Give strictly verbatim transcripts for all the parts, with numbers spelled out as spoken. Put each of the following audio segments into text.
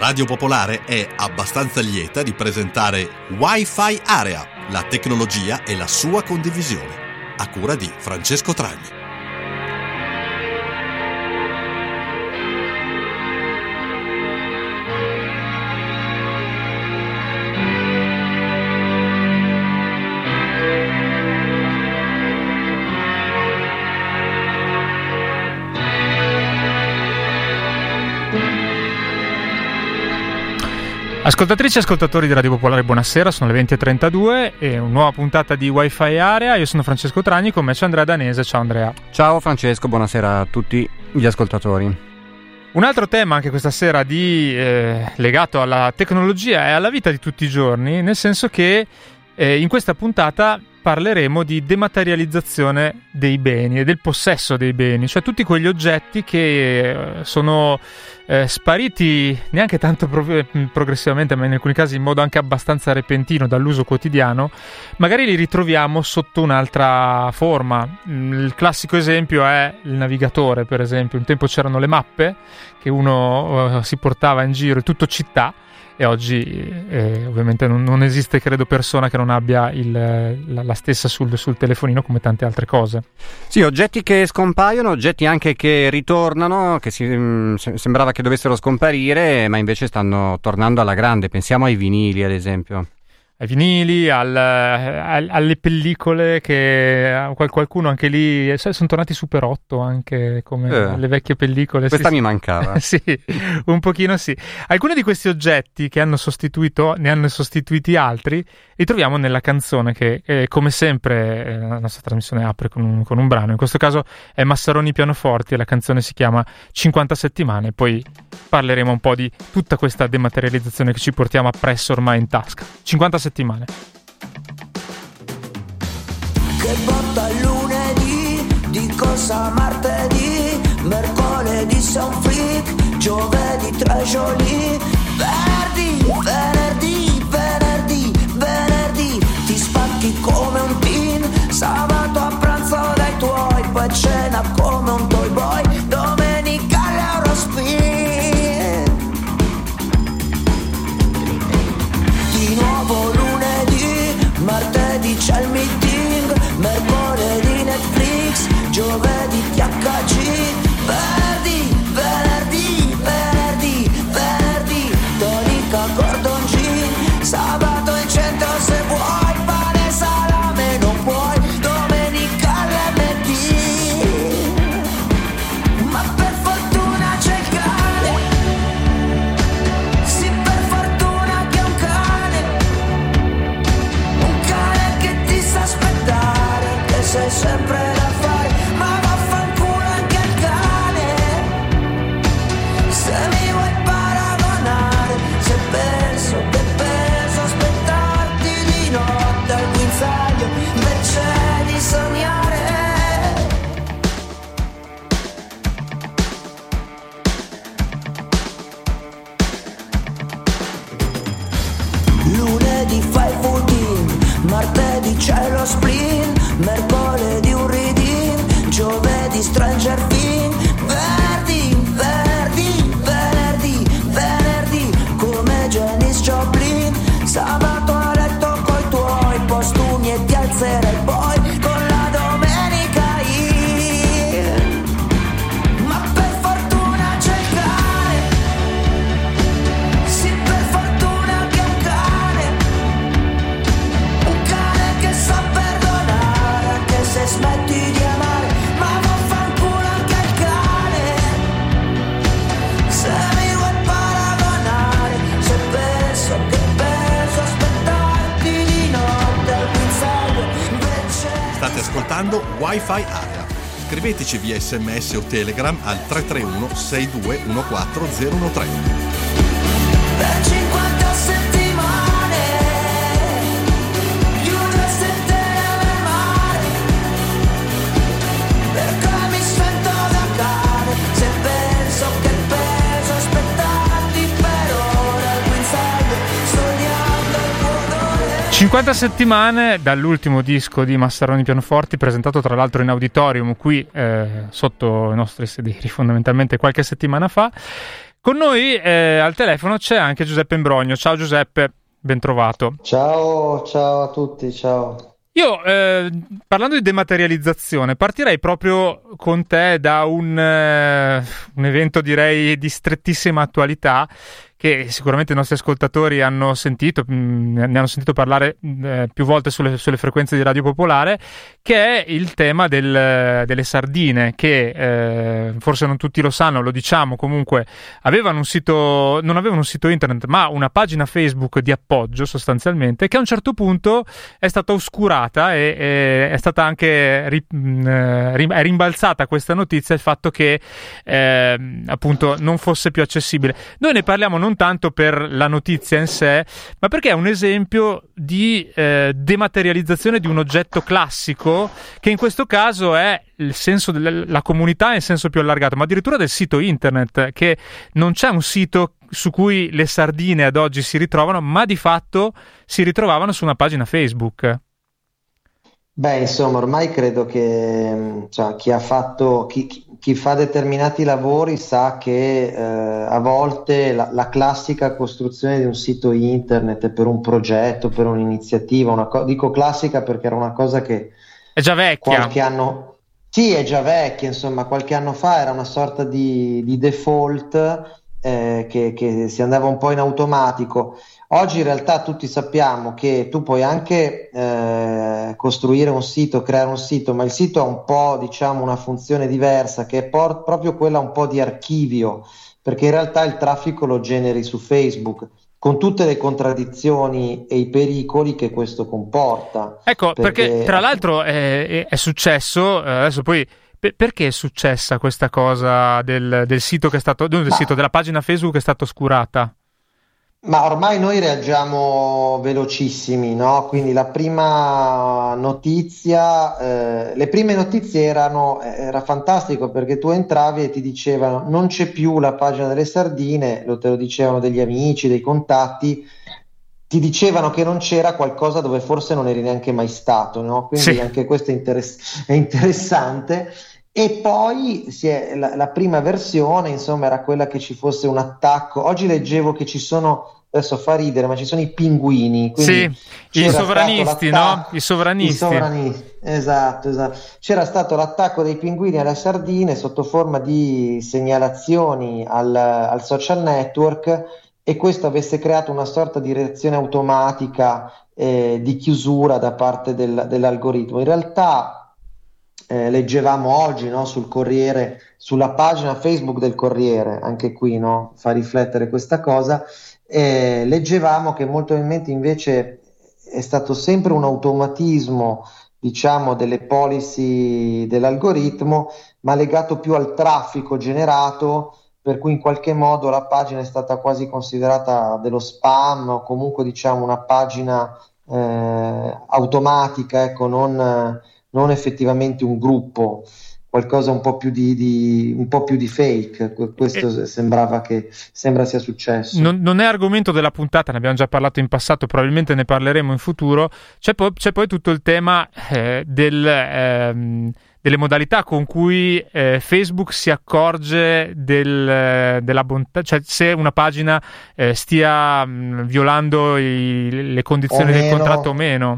Radio Popolare è abbastanza lieta di presentare Wi-Fi Area, la tecnologia e la sua condivisione, a cura di Francesco Tragni. Ascoltatrici e ascoltatori di Radio Popolare, buonasera, sono le venti e trentadue e una nuova puntata di Wi-Fi Area. Io sono Francesco Tragni, con me c'è Andrea Danese. Ciao Andrea. Ciao Francesco, buonasera a tutti gli ascoltatori. Un altro tema anche questa sera di, eh, legato alla tecnologia e alla vita di tutti i giorni, nel senso che eh, in questa puntata parleremo di dematerializzazione dei beni e del possesso dei beni, cioè tutti quegli oggetti che eh, sono eh, spariti neanche tanto pro- progressivamente, ma in alcuni casi in modo anche abbastanza repentino dall'uso quotidiano. Magari li ritroviamo sotto un'altra forma. Il classico esempio è il navigatore, per esempio. Un tempo c'erano le mappe che uno uh, si portava in giro, tutto città, e oggi eh, ovviamente non, non esiste, credo, persona che non abbia il, la, la stessa sul, sul telefonino, come tante altre cose. Sì, oggetti che scompaiono, oggetti anche che ritornano, che si, mh, sembrava che dovessero scomparire, ma invece stanno tornando alla grande. Pensiamo ai vinili, ad esempio. Ai vinili, al, al, alle pellicole, che qualcuno anche lì sono tornati Super otto, anche come eh, le vecchie pellicole. Questa sì, mi sì. mancava. Sì, un pochino sì. Alcuni di questi oggetti che hanno sostituito, ne hanno sostituiti altri, li troviamo nella canzone che, eh, come sempre, eh, la nostra trasmissione apre con un, con un brano. In questo caso è Massaroni Pianoforti e la canzone si chiama cinquanta settimane. Poi parleremo un po' di tutta questa dematerializzazione che ci portiamo appresso ormai in tasca. cinquanta settimane. Che botta lunedì, di cosa martedì, mercoledì sei un freak, giovedì treasure, venerdì, venerdì, venerdì, venerdì, ti spacchi come un teen, sabato a pranzo dai tuoi, poi cena come un toy boy, domenica l'Eurospin, di nuovo lunedì, martedì c'è il meeting, mercoledì Netflix, giovedì T H C, venerdì, venerdì, venerdì, venerdì, domenica Gordon G, sabato in centro se vuoi, pane salame non puoi, domenica l'M D, ma per fortuna c'è il cane, sì per fortuna che è un cane, un cane che ti sa aspettare, che sei sempre da fare, ma vaffanculo anche il cane, se mi vuoi paragonare, se penso che penso aspettarti di notte al guinzaglio, invece di sognare. Lunedì fai il footing, martedì c'è lo spleen, mercoledì un reading, giovedì Stranger Things, venerdì, venerdì, venerdì, venerdì, come Janis Joplin, sabato a letto coi tuoi postumi e ti alzerai poi con la domenica in, ma per fortuna c'è il cane, sì per fortuna che è un cane, un cane che sa perdonare anche se smetti di amare, ma vaffanculo anche il cane, se mi vuoi paragonare, se penso che penso aspettarti di notte al guinzaglio, invece. State ascoltando Wi-Fi Area. Scriveteci via sms o telegram al tre tre uno sei due uno quattro zero uno tre. Per cinquanta settimane, più due sette nel mare, perché mi sento da cane, se penso che penso aspettarti per ora al guinzaglio, sognando il tuo odore. cinquanta settimane dall'ultimo disco di Massaroni Pianoforti, presentato tra l'altro in auditorium qui eh, sotto i nostri sedili fondamentalmente qualche settimana fa. Con noi eh, al telefono c'è anche Giuseppe Imbrogno. Ciao Giuseppe, ben trovato. Ciao, ciao a tutti, ciao. Io, eh, parlando di dematerializzazione, partirei proprio con te da un, eh, un evento, direi, di strettissima attualità, che sicuramente i nostri ascoltatori hanno sentito, mh, ne hanno sentito parlare eh, più volte sulle, sulle frequenze di Radio Popolare, che è il tema del, delle sardine, che eh, forse non tutti lo sanno, lo diciamo comunque, avevano un sito, non avevano un sito internet, ma una pagina Facebook di appoggio sostanzialmente, che a un certo punto è stata oscurata e, e è stata anche ri, mh, rim, è rimbalzata questa notizia, il fatto che eh, appunto non fosse più accessibile. Noi ne parliamo non tanto per la notizia in sé, ma perché è un esempio di eh, dematerializzazione di un oggetto classico, che in questo caso è il senso della comunità in senso più allargato, ma addirittura del sito internet, che non c'è un sito su cui le sardine ad oggi si ritrovano, ma di fatto si ritrovavano su una pagina Facebook. Beh, insomma, ormai credo che cioè, chi ha fatto, chi, chi- chi fa determinati lavori sa che eh, a volte la, la classica costruzione di un sito internet per un progetto, per un'iniziativa, una co- dico classica perché era una cosa che È già vecchia. qualche anno, sì, è già vecchia, insomma, qualche anno fa era una sorta di, di default eh, che, che si andava un po' in automatico. Oggi in realtà tutti sappiamo che tu puoi anche eh, costruire un sito, creare un sito, ma il sito ha un po', diciamo, una funzione diversa, che è por- proprio quella un po' di archivio, perché in realtà il traffico lo generi su Facebook, con tutte le contraddizioni e i pericoli che questo comporta. Ecco, perché, Perché tra l'altro è, è- è successo, eh, adesso poi, per- perché è successa questa cosa del, del sito che è stato, no, del Ma sito, della pagina Facebook che è stata oscurata? Ma ormai noi reagiamo velocissimi, no? Quindi la prima notizia, eh, le prime notizie erano, era fantastico perché tu entravi e ti dicevano non c'è più la pagina delle sardine, lo te lo dicevano degli amici, dei contatti, ti dicevano che non c'era qualcosa dove forse non eri neanche mai stato, no? Quindi Sì. anche questo è, interess- è interessante. E poi si è- la, la prima versione, insomma, era quella che ci fosse un attacco. Oggi leggevo che ci sono, adesso fa ridere, ma ci sono i pinguini, Sì, quindi i c'era stato sovranisti, no? l'attacco, I i sovranisti. sovranisti, esatto, esatto. C'era stato l'attacco dei pinguini alle sardine sotto forma di segnalazioni al, al social network, e questo avesse creato una sorta di reazione automatica eh, di chiusura da parte del- dell'algoritmo. In realtà eh, leggevamo oggi, no, sul Corriere, sulla pagina Facebook del Corriere, anche qui, no, fa riflettere questa cosa, eh, leggevamo che molto probabilmente invece è stato sempre un automatismo, diciamo, delle policy dell'algoritmo, ma legato più al traffico generato, per cui in qualche modo la pagina è stata quasi considerata dello spam, o comunque, diciamo, una pagina eh, automatica, ecco, non, non effettivamente un gruppo, qualcosa un po' più di, di- un po' più di fake. Que- E- Questo sembrava che sembra sia successo. Non, non è argomento della puntata, ne abbiamo già parlato in passato, probabilmente ne parleremo in futuro. C'è poi, c'è poi tutto il tema eh, del, ehm, delle modalità con cui eh, Facebook si accorge del, eh, della bontà, cioè se una pagina eh, stia mh, violando i- le O condizioni del contratto o meno. meno.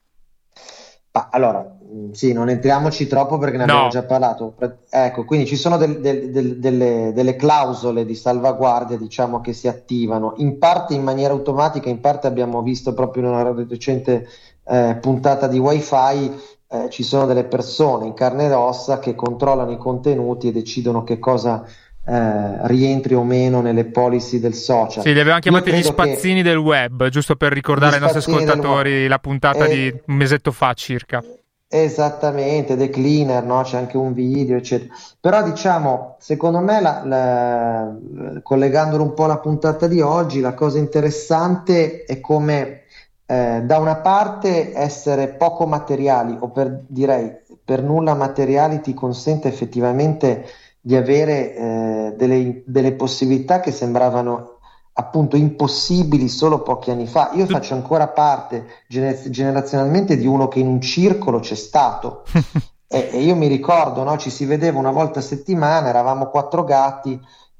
Ma allora, mh, sì, non entriamoci troppo perché ne abbiamo No, già parlato. Pre- Ecco, quindi ci sono del- del- del- delle, delle clausole di salvaguardia, diciamo, che si attivano, in parte in maniera automatica, in parte abbiamo visto proprio in una recente eh, puntata di Wi-Fi, eh, ci sono delle persone in carne ed ossa che controllano i contenuti e decidono che cosa eh, rientri o meno nelle policy del social. sì, li abbiamo Io chiamati gli credo che spazzini del web, giusto per gli ricordare ai nostri spazzini del web, ascoltatori la puntata di eh, un mesetto fa circa. esattamente, The Cleaner, no? C'è anche un video, eccetera. Però diciamo, secondo me, la- la- collegandolo un po' alla puntata di oggi, la cosa interessante è come eh, da una parte essere poco materiali, o per direi per nulla materiali, ti consente effettivamente di avere eh, delle, delle possibilità che sembravano appunto impossibili solo pochi anni fa. Io Tu- faccio ancora parte gener- generazionalmente di uno che in un circolo c'è stato, e, e io mi ricordo, no, ci si vedeva una volta a settimana, eravamo quattro gatti,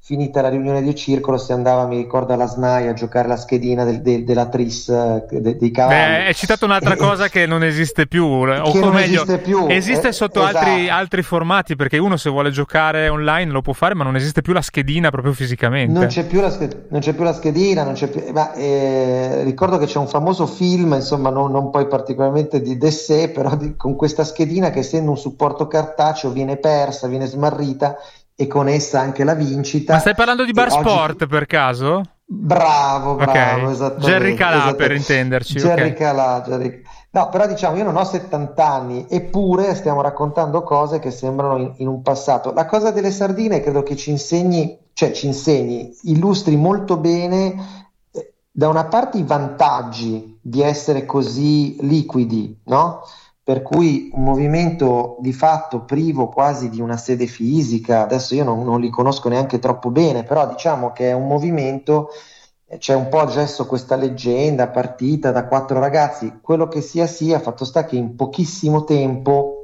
finita la riunione di circolo si andava, mi ricordo, alla S N A I a giocare la schedina del, del, della tris de, dei cavalli. Beh, hai citato un'altra cosa che non esiste più, o che non meglio, esiste più. Esiste eh, sotto esatto. altri, altri formati, perché uno se vuole giocare online lo può fare, ma non esiste più la schedina proprio fisicamente. Non c'è più la, sched- non c'è più la schedina, non c'è più... Ma, eh, ricordo che c'è un famoso film, insomma non, non poi particolarmente di d'essè, però di, con questa schedina che, essendo un supporto cartaceo, viene persa, viene smarrita, e con essa anche la vincita. Ma stai parlando di Bar oggi... Sport per caso? Bravo, bravo, okay. esattamente. Jerry Calà, esattamente. per intenderci. Jerry okay. Calà, Jerry... No, però diciamo, io non ho settanta anni, eppure stiamo raccontando cose che sembrano in, in un passato. La cosa delle sardine credo che ci insegni, cioè ci insegni, illustri molto bene, eh, da una parte i vantaggi di essere così liquidi, no? Per cui un movimento di fatto privo quasi di una sede fisica, adesso io non, non li conosco neanche troppo bene, però diciamo che è un movimento, c'è un po' gesso questa leggenda partita da quattro ragazzi, quello che sia sia, fatto sta che in pochissimo tempo,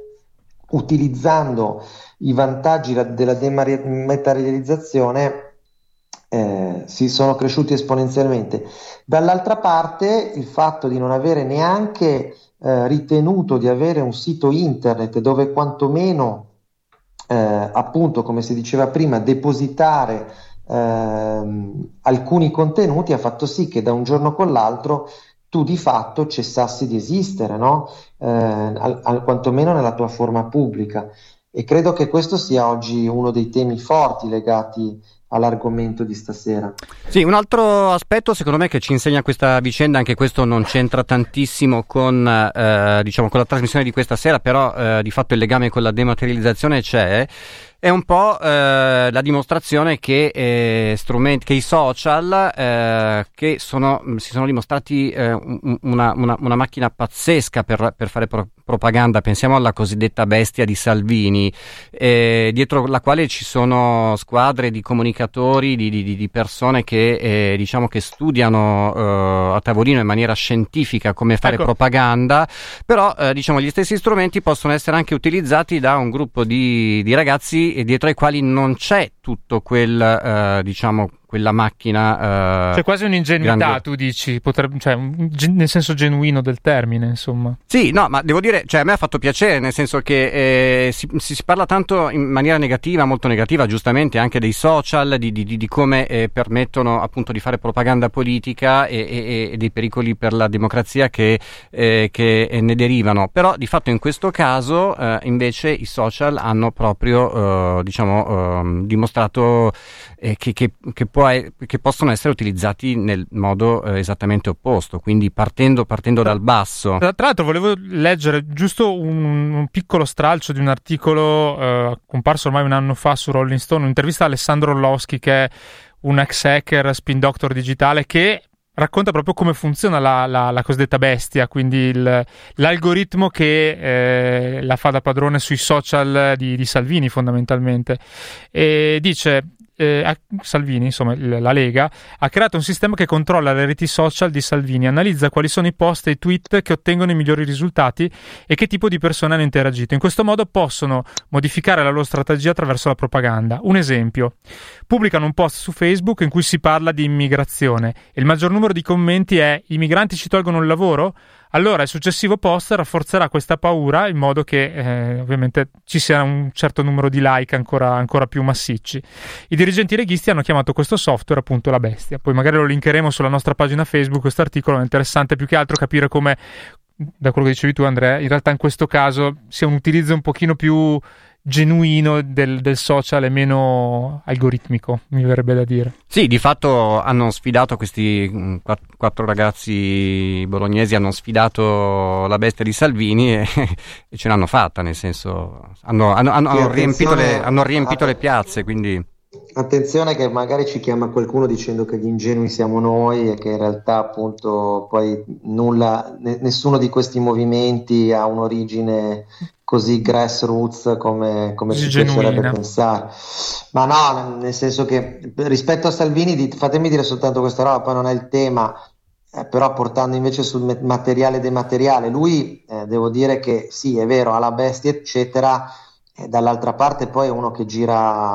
utilizzando i vantaggi della dematerializzazione, eh, si sono cresciuti esponenzialmente. Dall'altra parte il fatto di non avere neanche Eh, ritenuto di avere un sito internet dove quantomeno eh, appunto, come si diceva prima, depositare ehm, alcuni contenuti ha fatto sì che da un giorno con l'altro tu di fatto cessassi di esistere, no? eh, al, al, quantomeno nella tua forma pubblica, e credo che questo sia oggi uno dei temi forti legati all'argomento di stasera. Sì, un altro aspetto secondo me che ci insegna questa vicenda, anche questo non c'entra tantissimo con eh, diciamo con la trasmissione di questa sera, però eh, di fatto il legame con la dematerializzazione c'è, è un po' eh, la dimostrazione che eh, strumenti, che i social eh, che sono, si sono dimostrati eh, una, una, una macchina pazzesca per, per fare pro- propaganda. Pensiamo alla cosiddetta bestia di Salvini, eh, dietro la quale ci sono squadre di comunicatori, di, di, di persone che eh, diciamo che studiano eh, a tavolino in maniera scientifica come fare ecco. propaganda, però eh, diciamo gli stessi strumenti possono essere anche utilizzati da un gruppo di, di ragazzi dietro ai quali non c'è tutto quel eh, diciamo quella macchina eh, c'è quasi un'ingenuità, grande... tu dici, potrebbe, cioè, nel senso genuino del termine, insomma. Sì, no, ma devo dire, cioè a me ha fatto piacere, nel senso che eh, si, si parla tanto in maniera negativa, molto negativa, giustamente, anche dei social, di, di, di come eh, permettono appunto di fare propaganda politica e, e, e dei pericoli per la democrazia che, eh, che ne derivano. Però di fatto in questo caso eh, invece i social hanno proprio eh, diciamo eh, dimostrato eh, che, che, che può che possono essere utilizzati nel modo eh, esattamente opposto, quindi partendo, partendo dal basso. Tra l'altro volevo leggere giusto un, un piccolo stralcio di un articolo eh, comparso ormai un anno fa su Rolling Stone, un'intervista a Alessandro Orlowski, che è un ex hacker, spin doctor digitale, che racconta proprio come funziona la, la, la cosiddetta bestia, quindi il, l'algoritmo che eh, la fa da padrone sui social di, di Salvini fondamentalmente, e dice Eh, Salvini, insomma la Lega ha creato un sistema che controlla le reti social di Salvini, analizza quali sono i post e i tweet che ottengono i migliori risultati e che tipo di persone hanno interagito. In questo modo possono modificare la loro strategia attraverso la propaganda. Un esempio: pubblicano un post su Facebook in cui si parla di immigrazione e il maggior numero di commenti è "i migranti ci tolgono il lavoro?". Allora il successivo post rafforzerà questa paura in modo che eh, ovviamente ci sia un certo numero di like ancora, ancora più massicci. I dirigenti leghisti hanno chiamato questo software appunto la bestia. Poi magari lo linkeremo sulla nostra pagina Facebook, questo articolo. È interessante più che altro capire come, da quello che dicevi tu Andrea, in realtà in questo caso sia un utilizzo un pochino più genuino del, del social e meno algoritmico, mi verrebbe da dire. Sì, di fatto hanno sfidato questi mh, quattro ragazzi bolognesi, hanno sfidato la bestia di Salvini e, e ce l'hanno fatta, nel senso hanno, hanno, hanno, hanno riempito, le, hanno riempito le piazze, quindi... Attenzione che magari ci chiama qualcuno dicendo che gli ingenui siamo noi e che in realtà appunto poi nulla, ne, nessuno di questi movimenti ha un'origine così grassroots come, come ci piacerebbe pensare. Ma no, nel senso che rispetto a Salvini, fatemi dire soltanto questa roba, poi non è il tema, eh, però portando invece sul materiale demateriale, lui eh, devo dire che sì, è vero, ha la bestia eccetera, e dall'altra parte poi è uno che gira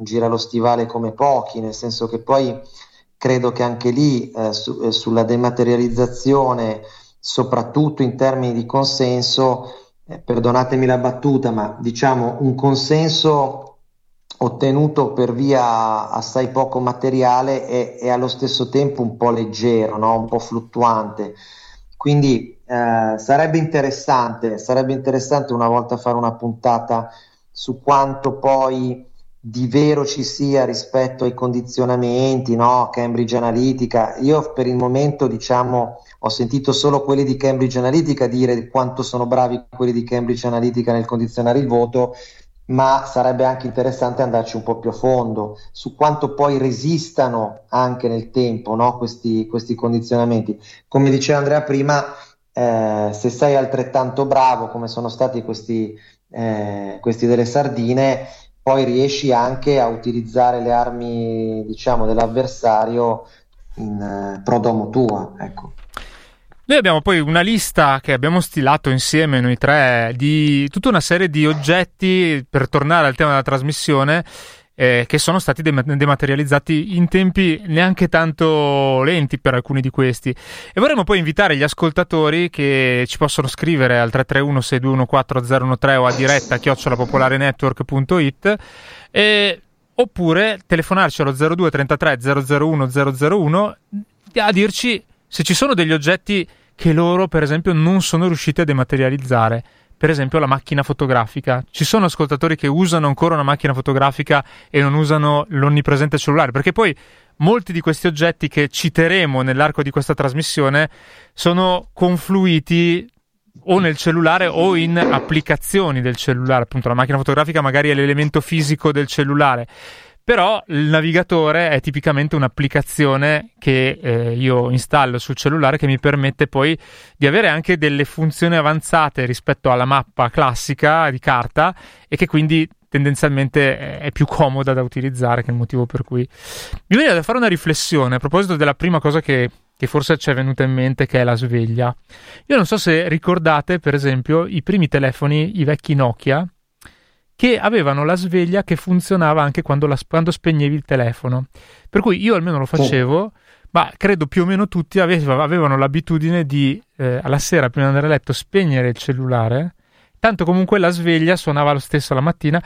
gira lo stivale come pochi, nel senso che poi credo che anche lì eh, su, eh, sulla dematerializzazione, soprattutto in termini di consenso, eh, perdonatemi la battuta, ma diciamo un consenso ottenuto per via assai poco materiale e, e allo stesso tempo un po' leggero, no? Un po' fluttuante. Quindi eh, sarebbe interessante, sarebbe interessante una volta fare una puntata su quanto poi di vero ci sia rispetto ai condizionamenti, no? Cambridge Analytica. Io per il momento, diciamo, ho sentito solo quelli di Cambridge Analytica dire quanto sono bravi quelli di Cambridge Analytica nel condizionare il voto, ma sarebbe anche interessante andarci un po' più a fondo su quanto poi resistano anche nel tempo, no? questi, questi condizionamenti. Come diceva Andrea prima, eh, se sei altrettanto bravo come sono stati questi, eh, questi delle sardine, poi riesci anche a utilizzare le armi, diciamo, dell'avversario in eh, pro domo tua, ecco. Noi abbiamo poi una lista che abbiamo stilato insieme noi tre di tutta una serie di oggetti, per tornare al tema della trasmissione, eh, che sono stati dem- dematerializzati in tempi neanche tanto lenti per alcuni di questi, e vorremmo poi invitare gli ascoltatori che ci possono scrivere al tre tre uno sei due uno quattro zero uno tre o a diretta chiocciola popolarenetwork punto it, e oppure telefonarci allo zero due trentatré zero zero uno zero zero uno a dirci se ci sono degli oggetti che loro, per esempio, non sono riusciti a dematerializzare. Per esempio la macchina fotografica. Ci sono ascoltatori che usano ancora una macchina fotografica e non usano l'onnipresente cellulare, perché poi molti di questi oggetti che citeremo nell'arco di questa trasmissione sono confluiti o nel cellulare o in applicazioni del cellulare. Appunto, la macchina fotografica magari è l'elemento fisico del cellulare, però il navigatore è tipicamente un'applicazione che eh, io installo sul cellulare, che mi permette poi di avere anche delle funzioni avanzate rispetto alla mappa classica di carta, e che quindi tendenzialmente è più comoda da utilizzare, che è il motivo per cui mi viene da fare una riflessione a proposito della prima cosa che, che forse ci è venuta in mente, che è la sveglia. Io non so se ricordate, per esempio, i primi telefoni, i vecchi Nokia, che avevano la sveglia che funzionava anche quando, la, quando spegnevi il telefono. Per cui io almeno lo facevo, oh. ma credo più o meno tutti avevano, avevano l'abitudine di, eh, alla sera, prima di andare a letto, spegnere il cellulare, tanto comunque la sveglia suonava lo stesso la mattina.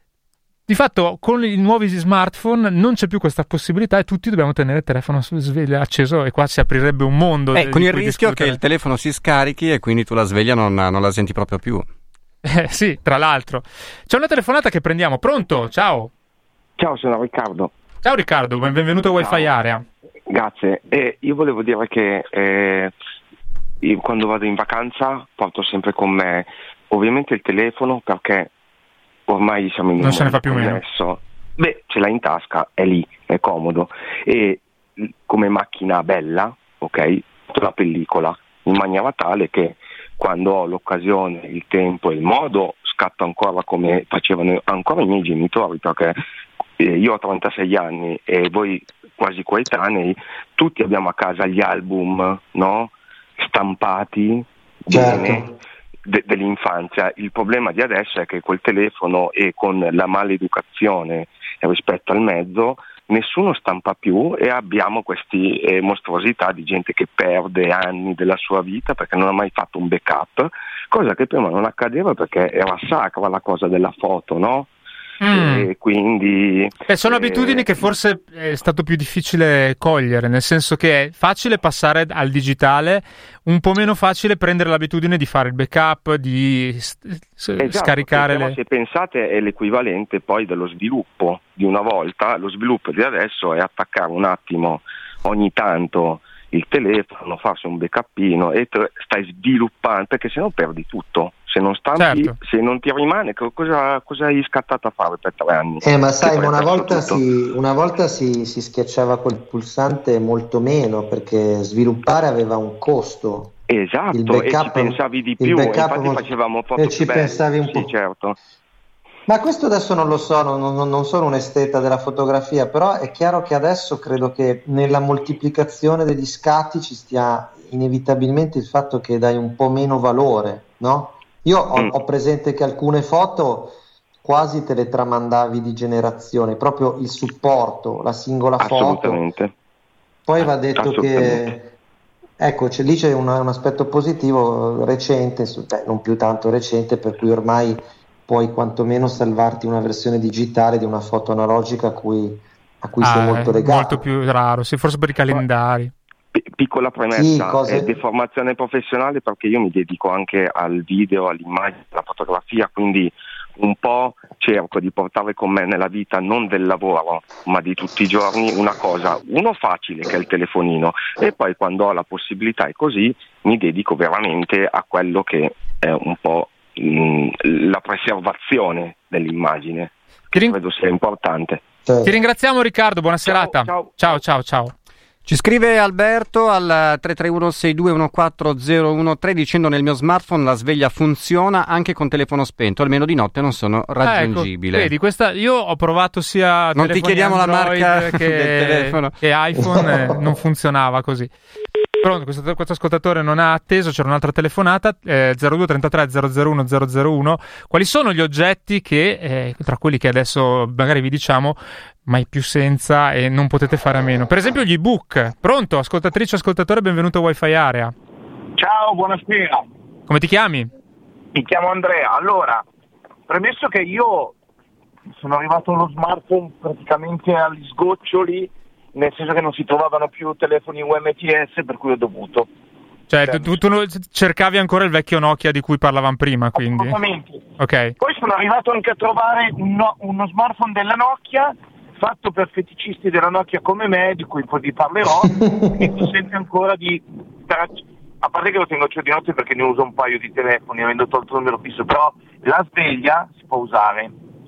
Di fatto, con i nuovi smartphone non c'è più questa possibilità e tutti dobbiamo tenere il telefono sveglia acceso, e qua si aprirebbe un mondo. Eh, con il rischio discutere. Che il telefono si scarichi e quindi tu la sveglia non, non la senti proprio più. Eh, sì, tra l'altro. C'è una telefonata che prendiamo. Pronto? Ciao. Ciao, sono Riccardo. Ciao Riccardo, benvenuto a Wi-Fi Area. Grazie. Eh, io volevo dire che eh, io quando vado in vacanza porto sempre con me ovviamente il telefono, perché ormai siamo in un non se ne fa più connesso. meno. Beh, ce l'hai in tasca, è lì, è comodo. E come macchina bella, ok, la pellicola in maniera tale che quando ho l'occasione, il tempo e il modo, scatto ancora come facevano ancora i miei genitori, perché eh, io ho trentasei anni e voi quasi coetanei, tutti abbiamo a casa gli album, no? Stampati, certo. bene, de- dell'infanzia. Il problema di adesso è che col telefono e con la maleducazione rispetto al mezzo nessuno stampa più, e abbiamo queste eh, mostruosità di gente che perde anni della sua vita perché non ha mai fatto un backup, cosa che prima non accadeva perché era sacra la cosa della foto, no? Mm. E quindi eh, sono eh, abitudini che forse è stato più difficile cogliere, nel senso che è facile passare al digitale, un po' meno facile prendere l'abitudine di fare il backup, di s- esatto, scaricare le... se pensate è l'equivalente poi dello sviluppo di una volta. Lo sviluppo di adesso è attaccare un attimo ogni tanto il telefono, farsi un backupino e te stai sviluppando, perché se no perdi tutto. Se non stampi, certo. se non ti rimane, cosa, cosa hai scattato a fare per tre anni? Eh, ma sai, ma una volta, si, una volta si, si schiacciava quel pulsante molto meno, perché sviluppare aveva un costo. Esatto, il backup, e ci pensavi di più, infatti molto, facevamo foto e ci belle, pensavi un sì, po'. Certo. Ma questo adesso non lo so, non, non, non sono un esteta della fotografia, però è chiaro che adesso credo che nella moltiplicazione degli scatti ci stia inevitabilmente il fatto che dai un po' meno valore, no? Io ho, mm. ho presente che alcune foto quasi te le tramandavi di generazione, proprio il supporto, la singola foto. Assolutamente. Poi va detto che, ecco, c'è, lì c'è un, un aspetto positivo recente, beh, non più tanto recente, per cui ormai puoi quantomeno salvarti una versione digitale di una foto analogica a cui, a cui ah, sei molto legato. Molto più raro, sì, forse per i calendari. P- piccola premessa, Sì, cose... è deformazione professionale perché io mi dedico anche al video, all'immagine, alla fotografia, quindi un po' cerco di portare con me nella vita non del lavoro ma di tutti i giorni una cosa, uno facile che è il telefonino, e poi quando ho la possibilità e così mi dedico veramente a quello che è un po' mh, la preservazione dell'immagine, che Ti rin- credo sia importante. Ti ringraziamo Riccardo, buona serata. Ciao, ciao, ciao. ciao. Ci scrive Alberto al tre tre uno sei due uno quattro zero uno tre dicendo: nel mio smartphone la sveglia funziona anche con telefono spento, almeno di notte non sono raggiungibile. Ecco, vedi, questa, io ho provato sia non ti chiediamo Android la marca che, del telefono che iPhone, eh, non funzionava così. Pronto, questo, questo ascoltatore non ha atteso, c'era un'altra telefonata, eh, zero due trentatré zero zero uno zero zero uno. Quali sono gli oggetti che, eh, tra quelli che adesso magari vi diciamo, mai più senza e non potete fare a meno? Per esempio gli ebook. Pronto, ascoltatrice, ascoltatore, benvenuto a Wi-Fi Area. Ciao, buonasera. Come ti chiami? Mi chiamo Andrea. Allora, premesso che io sono arrivato allo smartphone praticamente agli sgoccioli, nel senso che non si trovavano più telefoni U M T S, per cui ho dovuto. Cioè, tu, tu, tu cercavi ancora il vecchio Nokia di cui parlavamo prima, quindi? Assolutamente. Ok. Poi sono arrivato anche a trovare uno, uno smartphone della Nokia, fatto per feticisti della Nokia come me, di cui poi vi parlerò, e mi sente ancora di... A parte che lo tengo di notte perché ne uso un paio di telefoni, avendo tolto il numero fisso, però la sveglia si può usare.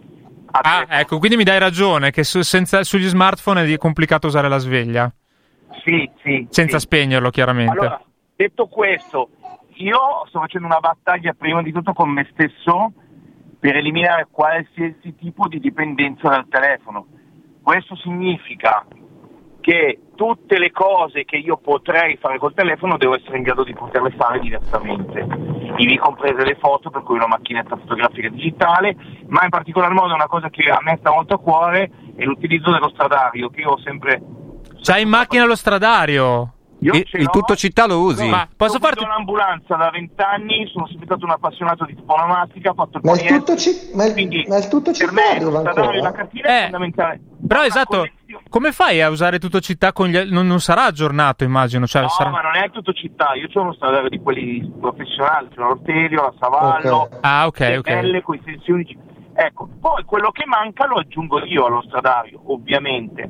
Ah, ecco, quindi mi dai ragione che su, senza, sugli smartphone è complicato usare la sveglia. Sì, sì. Senza sì. spegnerlo, chiaramente. Allora, detto questo, io sto facendo una battaglia prima di tutto con me stesso per eliminare qualsiasi tipo di dipendenza dal telefono. Questo significa che tutte le cose che io potrei fare col telefono devo essere in grado di poterle fare diversamente, ivi comprese le foto, per cui una macchinetta fotografica digitale, ma in particolar modo una cosa che a me sta molto a cuore è l'utilizzo dello stradario, che io ho sempre... C'hai in macchina lo stradario? Io il, il tutto città lo usi? Ma posso io farti un'ambulanza da vent'anni, sono sempre stato un appassionato di toponomastica, ho fatto il Ma il poniente, tutto, ci... ma il... quindi ma il tutto per città me arriva lo stradario e ancora? la cartina Eh, è fondamentale. Però Una esatto, connezione. come fai a usare tutto città con gli... Non, non sarà aggiornato, immagino. Cioè, No, sarà... ma non è tutto città, io ho uno stradario di quelli professionali, c'è l'Ortelio, la Savallo, Ok. Ah, ok, le ok. belle, coi sensi unici. Ecco, poi quello che manca lo aggiungo io allo stradario, ovviamente.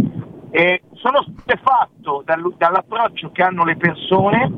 E sono stupefatto dal, dall'approccio che hanno le persone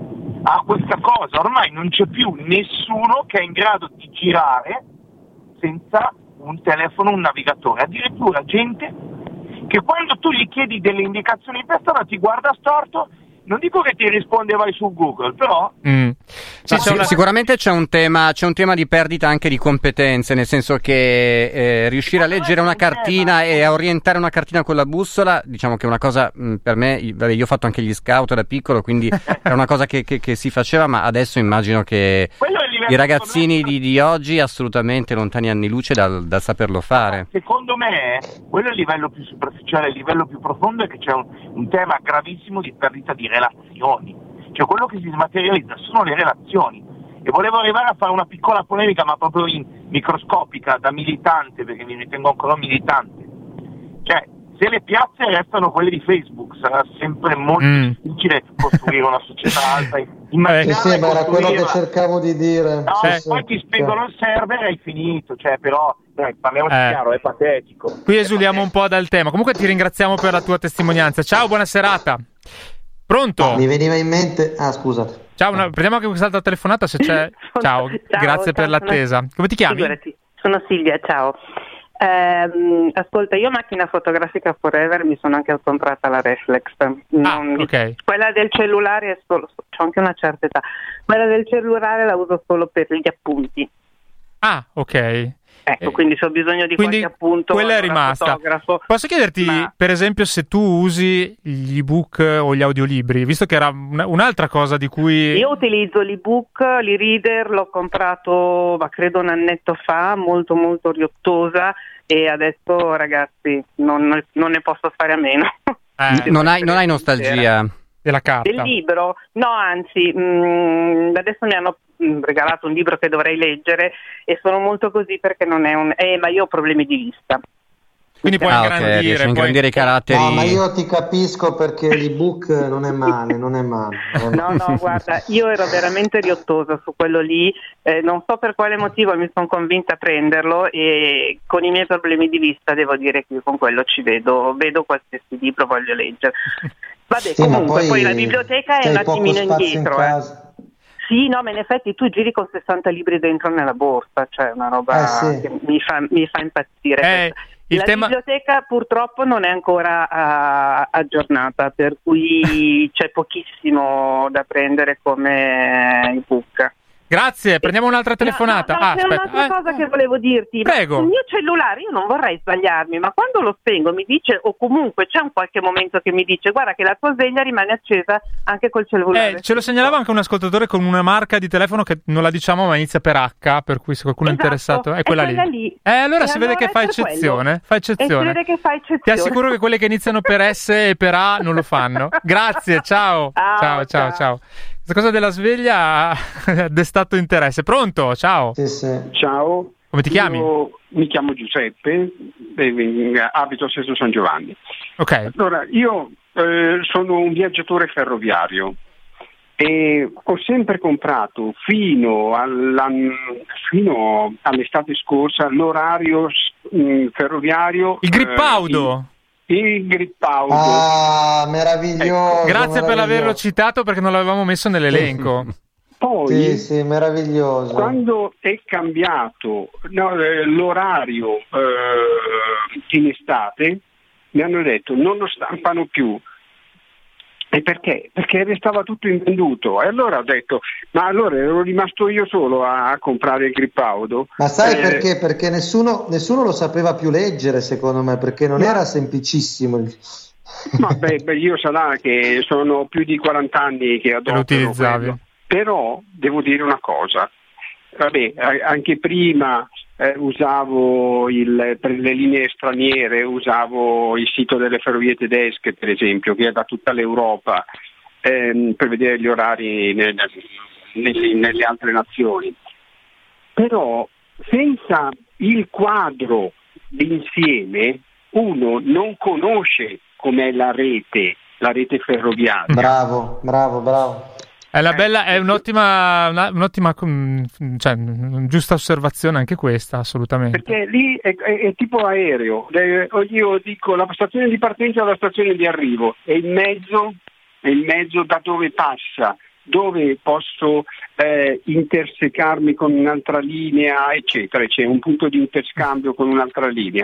a questa cosa. Ormai non c'è più nessuno che è in grado di girare senza un telefono, un navigatore. Addirittura gente che quando tu gli chiedi delle indicazioni per strada ti guarda storto. Non dico che ti risponde vai su Google, però... Mm. Sì, No, c'è una... Sicuramente c'è un tema c'è un tema di perdita anche di competenze, nel senso che eh, riuscire a leggere una cartina e a orientare una cartina con la bussola, diciamo che è una cosa mh, per me, io ho fatto anche gli scout da piccolo, quindi è una cosa che, che, che si faceva, ma adesso immagino che i ragazzini di, di oggi assolutamente lontani anni luce dal, dal saperlo fare. Secondo me quello è il livello più superficiale, il livello più profondo è che c'è un, un tema gravissimo di perdita di relazioni, cioè quello che si smaterializza sono le relazioni, e volevo arrivare a fare una piccola polemica ma proprio in microscopica da militante, perché mi ritengo ancora militante, cioè se le piazze restano quelle di Facebook sarà sempre molto Mm. difficile costruire una società alta. Sì, Immaginare sì, ma era quello che costruirla. cercavo di dire. No, Sì, sì, poi ti spengono il server e hai finito, cioè però dai, parliamoci Eh. chiaro, è patetico. Qui esuliamo un po' dal tema. Comunque ti ringraziamo per la tua testimonianza. Ciao, buona serata. Pronto? Mi veniva in mente... Ah, scusate. Ciao, una... prendiamo anche quest'altra telefonata se c'è. Ciao, Ciao, grazie ciao, per l'attesa. sono... Come ti chiami? Figurati. Sono Silvia, ciao. Ehm, ascolta, io macchina fotografica forever, mi sono anche comprata la reflex. Ah, Non- ok. Quella del cellulare è solo, c'ho anche una certa età. Quella del cellulare la uso solo per gli appunti. Ah, ok. Ecco, quindi se ho bisogno di quindi qualche appunto, quella è allora rimasta. fotografo. Posso chiederti, Ma- per esempio, se tu usi gli ebook o gli audiolibri, visto che era un- un'altra cosa di cui... Io utilizzo l'ebook, l'e-reader, l'ho comprato ma credo un annetto fa, molto molto riottosa, e adesso ragazzi non, non ne posso fare a meno. Eh, non, hai, non hai nostalgia? della carta. Del libro? No, anzi, mh, adesso mi hanno mh, regalato un libro che dovrei leggere e sono molto così perché non è un... Eh, ma io ho problemi di vista. Quindi puoi Ah, ok, ingrandire, riesci a puoi- ingrandire i caratteri. No, ma io ti capisco perché l'ebook non è male, non è male. non è No, male. no, guarda, io ero veramente riottosa su quello lì, eh, non so per quale motivo mi sono convinta a prenderlo, e con i miei problemi di vista devo dire che io con quello ci vedo, vedo qualsiasi libro voglio leggere. Vabbè, Sì, ma comunque, poi, la biblioteca è c'hai un poco attimino spazio indietro. in Eh. casa. Sì, no, ma in effetti tu giri con sessanta libri dentro nella borsa, cioè una roba Eh, sì. che mi fa, mi fa impazzire. Eh, questa. il La tema... biblioteca purtroppo non è ancora ah, aggiornata, per cui c'è pochissimo da prendere come ebook. Grazie, prendiamo un'altra telefonata. No, no, no, ah, c'è aspetta. un'altra Eh, cosa che volevo dirti. Prego. Sul mio cellulare io non vorrei sbagliarmi, ma quando lo spengo mi dice, o comunque c'è un qualche momento che mi dice, guarda che la tua sveglia rimane accesa anche col cellulare. Eh, ce lo segnalava anche un ascoltatore con una marca di telefono che non la diciamo ma inizia per H, per cui se qualcuno Esatto, è interessato è quella, quella lì. lì. Eh, allora E si vede allora che fa è per eccezione, quello. fa E si eccezione. vede che fa eccezione. Ti assicuro che quelle che iniziano per S e per A non lo fanno. Grazie, ciao. Ciao, Ciao, ciao, ciao. ciao. Questa cosa della sveglia ha destato interesse. Pronto? Ciao. Sì, sì. Ciao. Come ti chiami? Io mi chiamo Giuseppe, e abito a Sesto San Giovanni. Ok. Allora, io eh, sono un viaggiatore ferroviario e ho sempre comprato fino, alla, fino all'estate scorsa l'orario mh, ferroviario. Il Grippaudo. Eh, il, il Grippaudo. Ah, meraviglioso. Grazie per averlo meraviglioso. citato perché non l'avevamo messo nell'elenco. Poi, Sì, sì, meraviglioso. quando è cambiato no, eh, l'orario eh, in estate, mi hanno detto non lo stampano più. E perché? Perché restava tutto invenduto. E allora ho detto, ma allora ero rimasto io solo a, a comprare il Grippaudo. Ma sai Eh, perché? Perché nessuno, nessuno lo sapeva più leggere, secondo me, perché non Ma- era semplicissimo. il- Ma beh, beh, io sarà che sono più di quaranta anni che Che lo adopero utilizzavi. quello. Però devo dire una cosa, vabbè, a- anche prima eh, usavo il, per le linee straniere, usavo il sito delle ferrovie tedesche, per esempio, che è da tutta l'Europa, ehm, per vedere gli orari nel- nelle, nelle altre nazioni. Però senza il quadro d'insieme uno non conosce com'è la rete, la rete ferroviaria. Bravo, bravo, bravo. È, la bella, è un'ottima, una- un'ottima mm, cioè, una giusta osservazione anche questa, assolutamente. Perché lì è, è- è tipo aereo. Eh, io dico la stazione di partenza e la stazione di arrivo, e il mezzo, è il mezzo da dove passa, dove posso eh, intersecarmi con un'altra linea, eccetera. C'è un punto di interscambio con un'altra linea.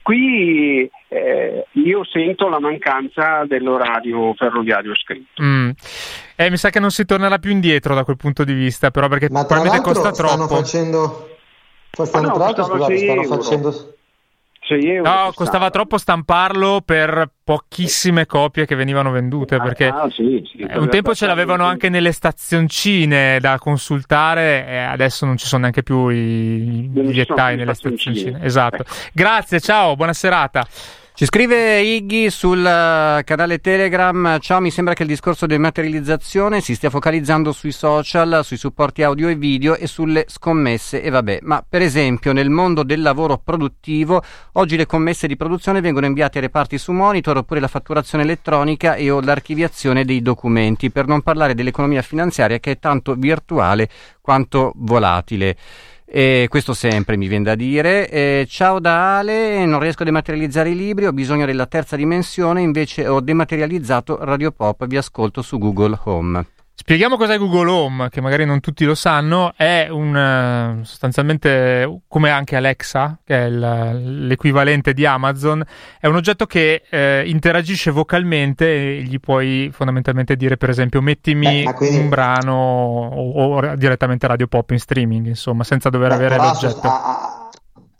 Qui eh, io sento la mancanza dell'orario ferroviario scritto. Mm. Eh, mi sa che non si tornerà più indietro da quel punto di vista, però perché Ma tra probabilmente l'altro costa stanno troppo. facendo... Stanno, Ma no, tra l'altro, costava scusate, sei stanno euro. facendo... sei euro No, costava. costava troppo stamparlo per pochissime copie che venivano vendute, perché Ah, sì, sì, eh, un tempo ce l'avevano anche nelle stazioncine da consultare e adesso non ci sono neanche più i Non ci sono bigliettai più nelle stazioncine. stazioncine. Esatto. Ecco. Grazie, ciao, buona serata. Ci scrive Iggy sul eh, canale Telegram: ciao, mi sembra che il discorso dematerializzazione si stia focalizzando sui social, sui supporti audio e video e sulle scommesse. E vabbè, ma per esempio nel mondo del lavoro produttivo oggi le commesse di produzione vengono inviate ai reparti su monitor, oppure la fatturazione elettronica e o l'archiviazione dei documenti, per non parlare dell'economia finanziaria che è tanto virtuale quanto volatile. E questo sempre mi viene da dire. E ciao da Ale, non riesco a dematerializzare i libri, ho bisogno della terza dimensione, invece ho dematerializzato Radio Pop, vi ascolto su Google Home. Spieghiamo cos'è Google Home, che magari non tutti lo sanno. È un eh, sostanzialmente, come anche Alexa, che è il- l'equivalente di Amazon, è un oggetto che eh, interagisce vocalmente e gli puoi fondamentalmente dire, per esempio, mettimi Eh, ma quindi- un brano o, o direttamente Radio Pop in streaming, insomma, senza dover Beh, avere però l'oggetto. a, a-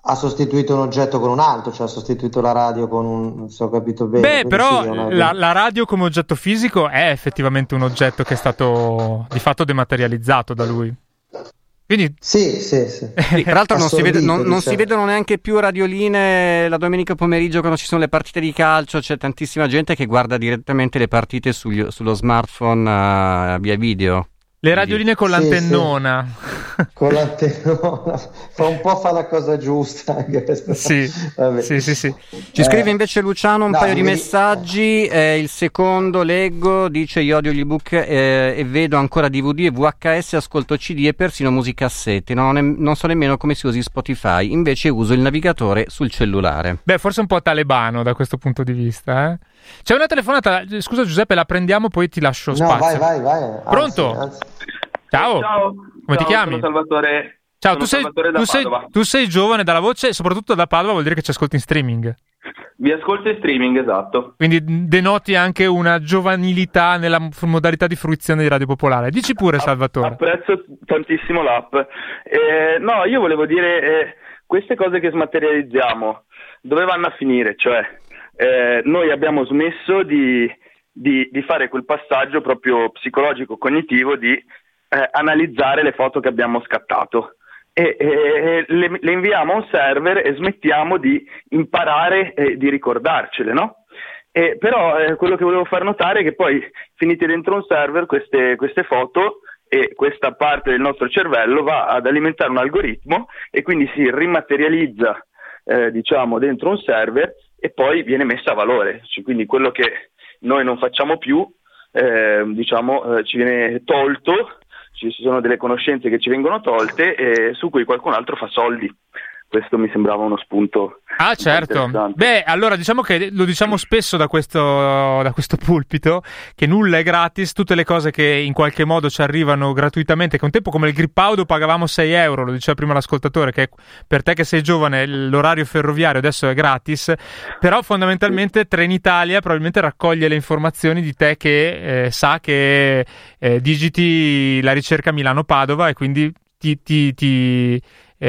ha sostituito un oggetto con un altro, cioè ha sostituito la radio con un, se ho capito bene. Beh, però sì, la, la radio come oggetto fisico è effettivamente un oggetto che è stato di fatto dematerializzato da lui. Quindi... Sì, sì, sì. Sì, tra l'altro non, si, vede, non, non diciamo. si vedono neanche più radioline la domenica pomeriggio quando ci sono le partite di calcio, c'è tantissima gente che guarda direttamente le partite sugli, sullo smartphone uh, via video. Le radioline con sì, l'antennona. Sì. Con l'antennona. Fa un po' fa la cosa giusta anche questa. Sì. Vabbè. sì, sì, sì. Ci scrive invece Luciano un no, paio di mi... messaggi, eh, il secondo leggo, dice io odio gli ebook eh, e vedo ancora D V D e V H S, ascolto C D e persino musicassette, non, ne- non so nemmeno come si usi Spotify, invece uso il navigatore sul cellulare. Beh, forse un po' talebano da questo punto di vista, eh? C'è una telefonata, scusa Giuseppe, la prendiamo poi ti lascio spazio. No, vai, vai, vai. Anzi, Pronto? Anzi. Ciao. Ciao. Come Ciao, ti chiami? Sono Salvatore. Ciao, sono tu, sei, Salvatore da tu, sei, Padova. tu sei giovane dalla voce e soprattutto da Padova, vuol dire che ci ascolti in streaming. Vi ascolto in streaming, esatto. Quindi denoti anche una giovanilità nella modalità di fruizione di Radio Popolare. Dici pure, Salvatore. Apprezzo tantissimo l'app. Eh, no, io volevo dire, eh, queste cose che smaterializziamo, dove vanno a finire? Cioè, eh, noi abbiamo smesso di, di, di fare quel passaggio proprio psicologico-cognitivo di eh, analizzare le foto che abbiamo scattato. E, e le, le inviamo a un server e smettiamo di imparare e di ricordarcele, no? E però eh, quello che volevo far notare è che poi finite dentro un server queste, queste foto e questa parte del nostro cervello va ad alimentare un algoritmo e quindi si rimaterializza eh, diciamo dentro un server e poi viene messa a valore, cioè, quindi quello che noi non facciamo più eh, diciamo eh, ci viene tolto. Ci sono delle conoscenze che ci vengono tolte e su cui qualcun altro fa soldi. Questo mi sembrava uno spunto. Ah, certo. Beh, allora diciamo che lo diciamo spesso da questo, da questo pulpito, che nulla è gratis, tutte le cose che in qualche modo ci arrivano gratuitamente, che un tempo come il grip audio pagavamo sei euro, lo diceva prima l'ascoltatore, che per te che sei giovane l'orario ferroviario adesso è gratis, però fondamentalmente Trenitalia probabilmente raccoglie le informazioni di te che eh, sa che eh, digiti la ricerca Milano-Padova e quindi ti... ti, ti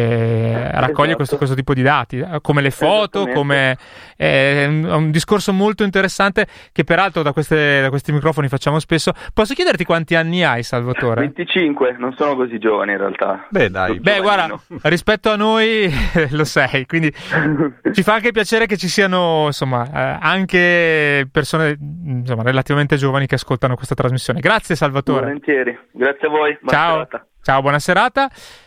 Eh, raccoglie esatto. questo, questo tipo di dati come le foto, come è un, un discorso molto interessante che peraltro da, queste, da questi microfoni facciamo spesso. Posso chiederti quanti anni hai, Salvatore? venticinque, non sono così giovane in realtà. Beh dai, beh guarda, rispetto a noi lo sei, quindi ci fa anche piacere che ci siano insomma eh, anche persone insomma relativamente giovani che ascoltano questa trasmissione. Grazie Salvatore. Volentieri, grazie a voi. Buona ciao serata. Ciao, buona serata.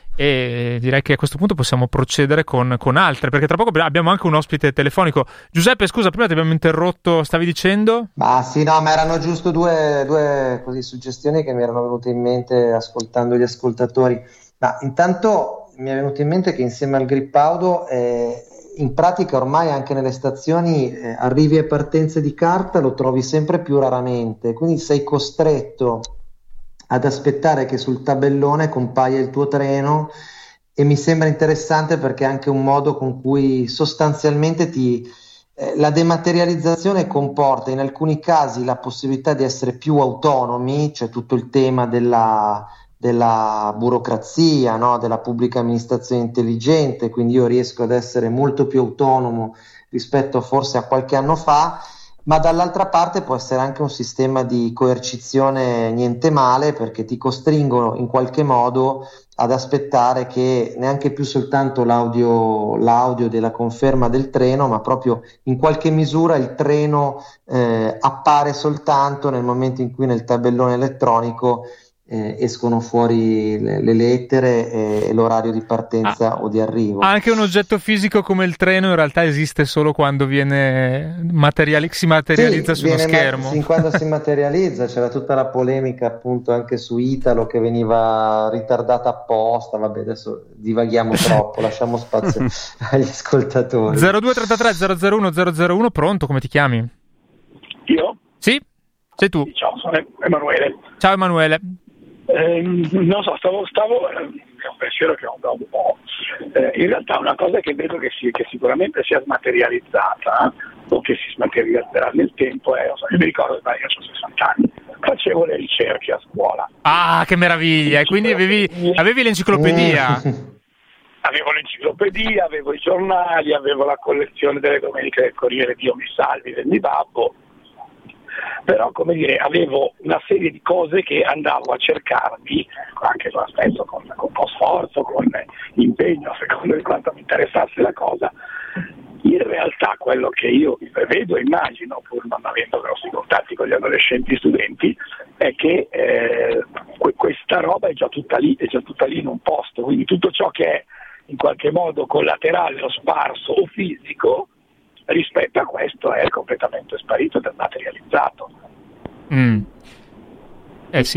E direi che a questo punto possiamo procedere con, con altre, perché tra poco abbiamo anche un ospite telefonico. Giuseppe, scusa, prima ti abbiamo interrotto, stavi dicendo? Ma sì, no, ma erano giusto due, due così, suggestioni che mi erano venute in mente ascoltando gli ascoltatori. Ma intanto mi è venuto in mente che insieme al grip audio eh, in pratica ormai anche nelle stazioni eh, arrivi e partenze di carta lo trovi sempre più raramente, quindi sei costretto ad aspettare che sul tabellone compaia il tuo treno, e mi sembra interessante perché è anche un modo con cui sostanzialmente ti, eh, la dematerializzazione comporta in alcuni casi la possibilità di essere più autonomi, cioè tutto il tema della, della burocrazia, no? Della pubblica amministrazione intelligente, quindi io riesco ad essere molto più autonomo rispetto forse a qualche anno fa. Ma dall'altra parte può essere anche un sistema di coercizione niente male, perché ti costringono in qualche modo ad aspettare che neanche più soltanto l'audio, l'audio della conferma del treno, ma proprio in qualche misura il treno eh, appare soltanto nel momento in cui nel tabellone elettronico Eh, escono fuori le, le lettere e, e l'orario di partenza ah, o di arrivo. Anche un oggetto fisico come il treno in realtà esiste solo quando viene materiali- si materializza sì, su uno schermo. Ma- sì, quando si materializza c'era tutta la polemica appunto anche su Italo che veniva ritardata apposta. Vabbè, adesso divaghiamo troppo, lasciamo spazio agli ascoltatori. zero due trentatré zero zero uno zero zero uno, pronto, come ti chiami? Io? Sì, sei tu. Ciao, sono Emanuele. Ciao Emanuele. Eh, non so, stavo, stavo eh, è un pensiero che ho da un po'. Eh, in realtà una cosa che vedo che, si, che sicuramente sia smaterializzata o che si smaterializzerà nel tempo è, io mi ricordo, io ho sessanta anni, facevo le ricerche a scuola. Ah, che meraviglia! E quindi avevi, avevi l'enciclopedia? avevo l'enciclopedia, avevo i giornali, avevo la collezione delle domeniche del Corriere, Dio mi salvi, del mio babbo, però come dire avevo una serie di cose che andavo a cercarmi anche spesso con, con un po' sforzo, con impegno, a seconda di quanto mi interessasse la cosa. In realtà quello che io vedo e immagino, pur non avendo grossi contatti con gli adolescenti studenti, è che eh, que- questa roba è già tutta lì, è già tutta lì in un posto, quindi tutto ciò che è in qualche modo collaterale o sparso o fisico rispetto a questo è completamente sparito ed è materializzato. Mm. Eh sì.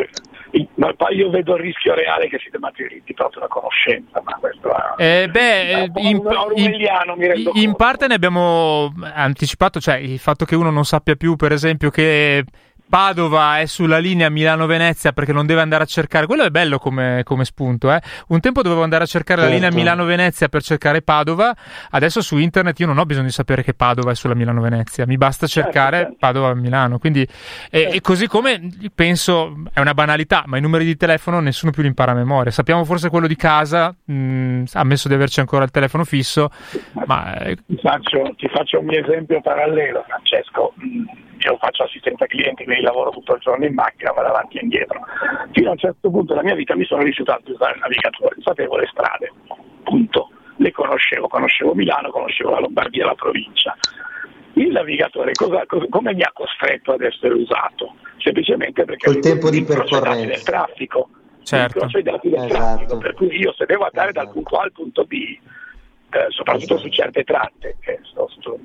Ma poi io vedo il rischio reale che si dematerializzi proprio la conoscenza, ma questo è, eh beh, è un po' in, orwelliano, mi rendo in conto. parte ne abbiamo anticipato, cioè il fatto che uno non sappia più, per esempio, che Padova è sulla linea Milano-Venezia perché non deve andare a cercare, quello è bello come, come spunto, eh. Un tempo dovevo andare a cercare certo. la linea Milano-Venezia per cercare Padova, adesso su internet io non ho bisogno di sapere che Padova è sulla Milano-Venezia, mi basta cercare certo, certo. Padova-Milano, quindi e, certo. e così come penso, è una banalità, ma i numeri di telefono nessuno più li impara a memoria, sappiamo forse quello di casa, mh, ammesso di averci ancora il telefono fisso, ma... Ti faccio, ti faccio un mio esempio parallelo, Francesco. Io faccio assistenza clienti, quindi lavoro tutto il giorno in macchina, vado avanti e indietro. Fino a un certo punto della mia vita mi sono rifiutato di usare il navigatore, sapevo le strade, punto. Le conoscevo, conoscevo Milano, conoscevo la Lombardia, la provincia. Il navigatore cosa, cosa, come mi ha costretto ad essere usato? Semplicemente perché col tempo di percorrenza del traffico, certo. i dati del esatto. traffico, per cui io se devo andare esatto. dal punto A al punto B, eh, soprattutto esatto. su certe tratte, eh, sto, sto,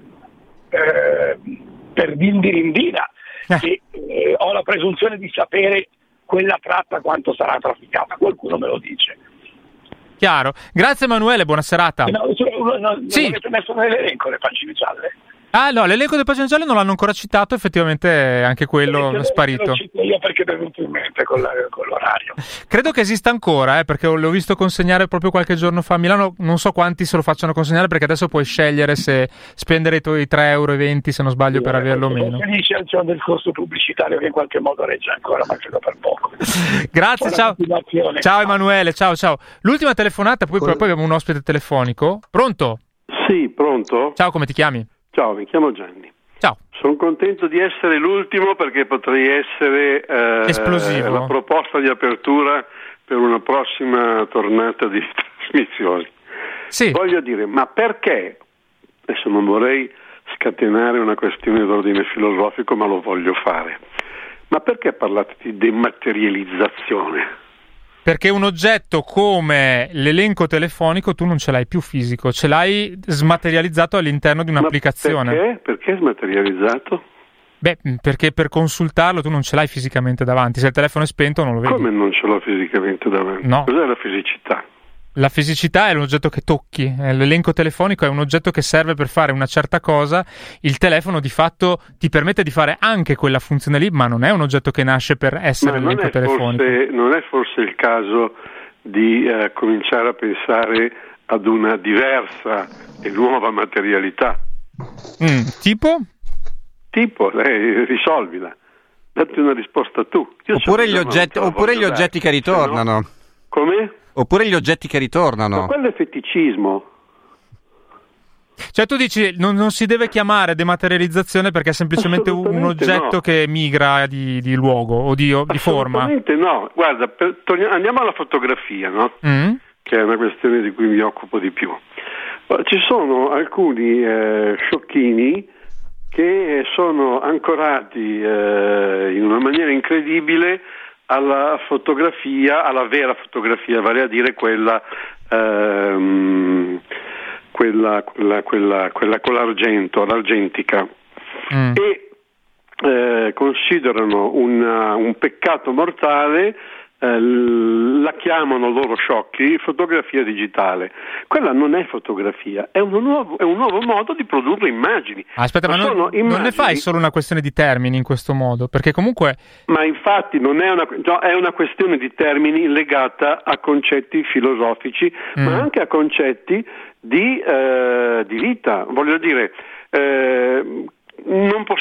eh, per dindirindina, eh. che eh, ho la presunzione di sapere quella tratta quanto sarà trafficata, qualcuno me lo dice. Chiaro, grazie Emanuele, buona serata. No, no, no, sì. Non avete messo nell'elenco le pagine gialle? Ah no, l'elenco delle pagine gialle non l'hanno ancora citato, effettivamente anche quello è sparito. Lo cito io perché mi è venuto in mente con, la, con l'orario. Credo che esista ancora, eh, perché l'ho visto consegnare proprio qualche giorno fa a Milano, non so quanti se lo facciano consegnare perché adesso puoi scegliere se spendere i tuoi tre euro e venti se non sbaglio sì, per averlo o meno. Se dice al giorno del costo pubblicitario che in qualche modo regge ancora, ma credo per poco. Grazie, ciao. Ciao Emanuele, ciao ciao. L'ultima telefonata, poi, poi abbiamo un ospite telefonico. Pronto? Sì, pronto. Ciao, come ti chiami? Ciao, mi chiamo Gianni. Ciao. Sono contento di essere l'ultimo perché potrei essere eh, esplosivo. La proposta di apertura per una prossima tornata di trasmissioni. Sì. Voglio dire, ma perché? Adesso non vorrei scatenare una questione d'ordine filosofico, ma lo voglio fare. Ma perché parlate di dematerializzazione? Perché un oggetto come l'elenco telefonico tu non ce l'hai più fisico, ce l'hai smaterializzato all'interno di un'applicazione. Ma perché? Perché smaterializzato? Beh, perché per consultarlo tu non ce l'hai fisicamente davanti, se il telefono è spento non lo vedi. Come non ce l'ho fisicamente davanti? No. Cos'è la fisicità? La fisicità è un oggetto che tocchi, l'elenco telefonico è un oggetto che serve per fare una certa cosa, il telefono di fatto ti permette di fare anche quella funzione lì, ma non è un oggetto che nasce per essere ma l'elenco telefonico. Forse, non è forse il caso di eh, cominciare a pensare ad una diversa e nuova materialità? Mm, tipo? Tipo, lei risolvila, datti una risposta tu. Io oppure gli oggetti, oppure gli oggetti che ritornano. No, come? Oppure gli oggetti che ritornano. Ma quello è feticismo. Cioè tu dici non, non si deve chiamare dematerializzazione perché è semplicemente un oggetto no. che migra di, di luogo o di, o di forma? Assolutamente no. Guarda, per, torni, andiamo alla fotografia, no? Mm? Che è una questione di cui mi occupo di più. Ci sono alcuni eh, sciocchini che sono ancorati eh, in una maniera incredibile alla fotografia, alla vera fotografia, vale a dire quella, ehm, quella, quella, quella, quella con l'argento, l'argentica, mm. e eh, considerano una, un peccato mortale, eh, la chiamano loro sciocchi fotografia digitale. Quella non è fotografia, è, uno nuovo, è un nuovo modo di produrre immagini. Aspetta, ma, ma non, immagini... non ne fai solo una questione di termini in questo modo? Perché comunque... Ma infatti non è una, no, è una questione di termini legata a concetti filosofici, mm. ma anche a concetti di, eh, di vita. Voglio dire, eh, non possiamo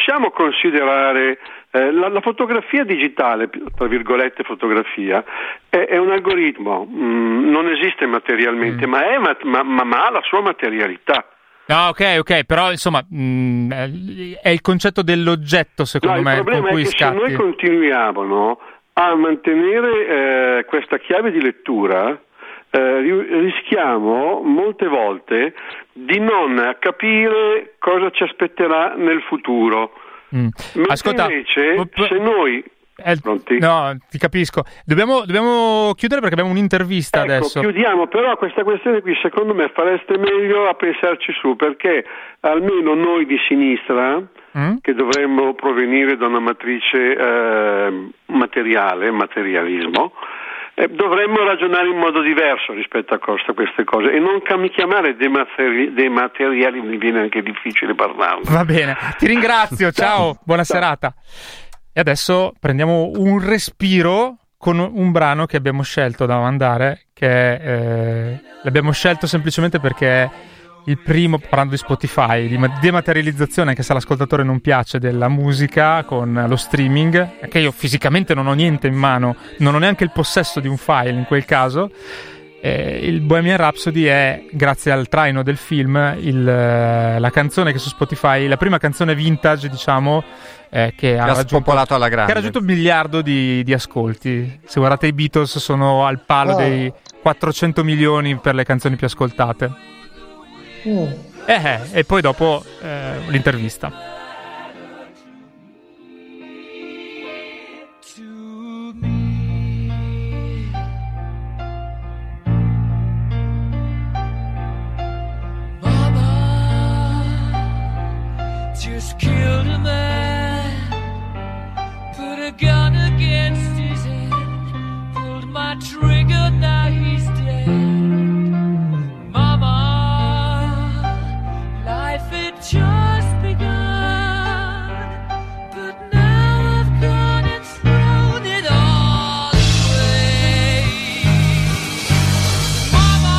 possiamo considerare eh, la, la fotografia digitale, tra virgolette fotografia, è, è un algoritmo, mh, non esiste materialmente, mm. ma, è, ma, ma, ma ha la sua materialità. No, ok, ok, però insomma mh, è il concetto dell'oggetto, secondo no, me, il problema con cui è che scatti. se noi continuiamo, no, a mantenere eh, questa chiave di lettura, eh, rischiamo molte volte di non capire cosa ci aspetterà nel futuro. Mm. Mentre Ascolta, invece p- se noi eh, no, ti capisco. Dobbiamo, dobbiamo chiudere perché abbiamo un'intervista ecco, adesso. Chiudiamo, però questa questione qui secondo me fareste meglio a pensarci su, perché almeno noi di sinistra, mm? che dovremmo provenire da una matrice eh, materiale, materialismo, eh, dovremmo ragionare in modo diverso rispetto a queste cose e non chiamare demateri- demateriali, mi viene anche difficile parlarne. Va bene, ti ringrazio, ciao, buona ciao. serata. E adesso prendiamo un respiro con un brano che abbiamo scelto da mandare, che eh, l'abbiamo scelto semplicemente perché è il primo, parlando di Spotify, di dematerializzazione, anche se all'ascoltatore non piace, della musica con lo streaming, che io fisicamente non ho niente in mano, non ho neanche il possesso di un file in quel caso. Eh, il Bohemian Rhapsody è, grazie al traino del film, il, la canzone che su Spotify, la prima canzone vintage, diciamo, eh, che, ha ha raggiunto, spopolato alla grande, che ha raggiunto un miliardo di, di ascolti. Se guardate i Beatles sono al palo oh. dei quattrocento milioni per le canzoni più ascoltate. Mm. Eh, e poi dopo eh, l'intervista. Just killed a man, put a gun against his head, pulled my trigger, now he's dead. Mama, life had just begun, but now I've gone and thrown it all away. Mama,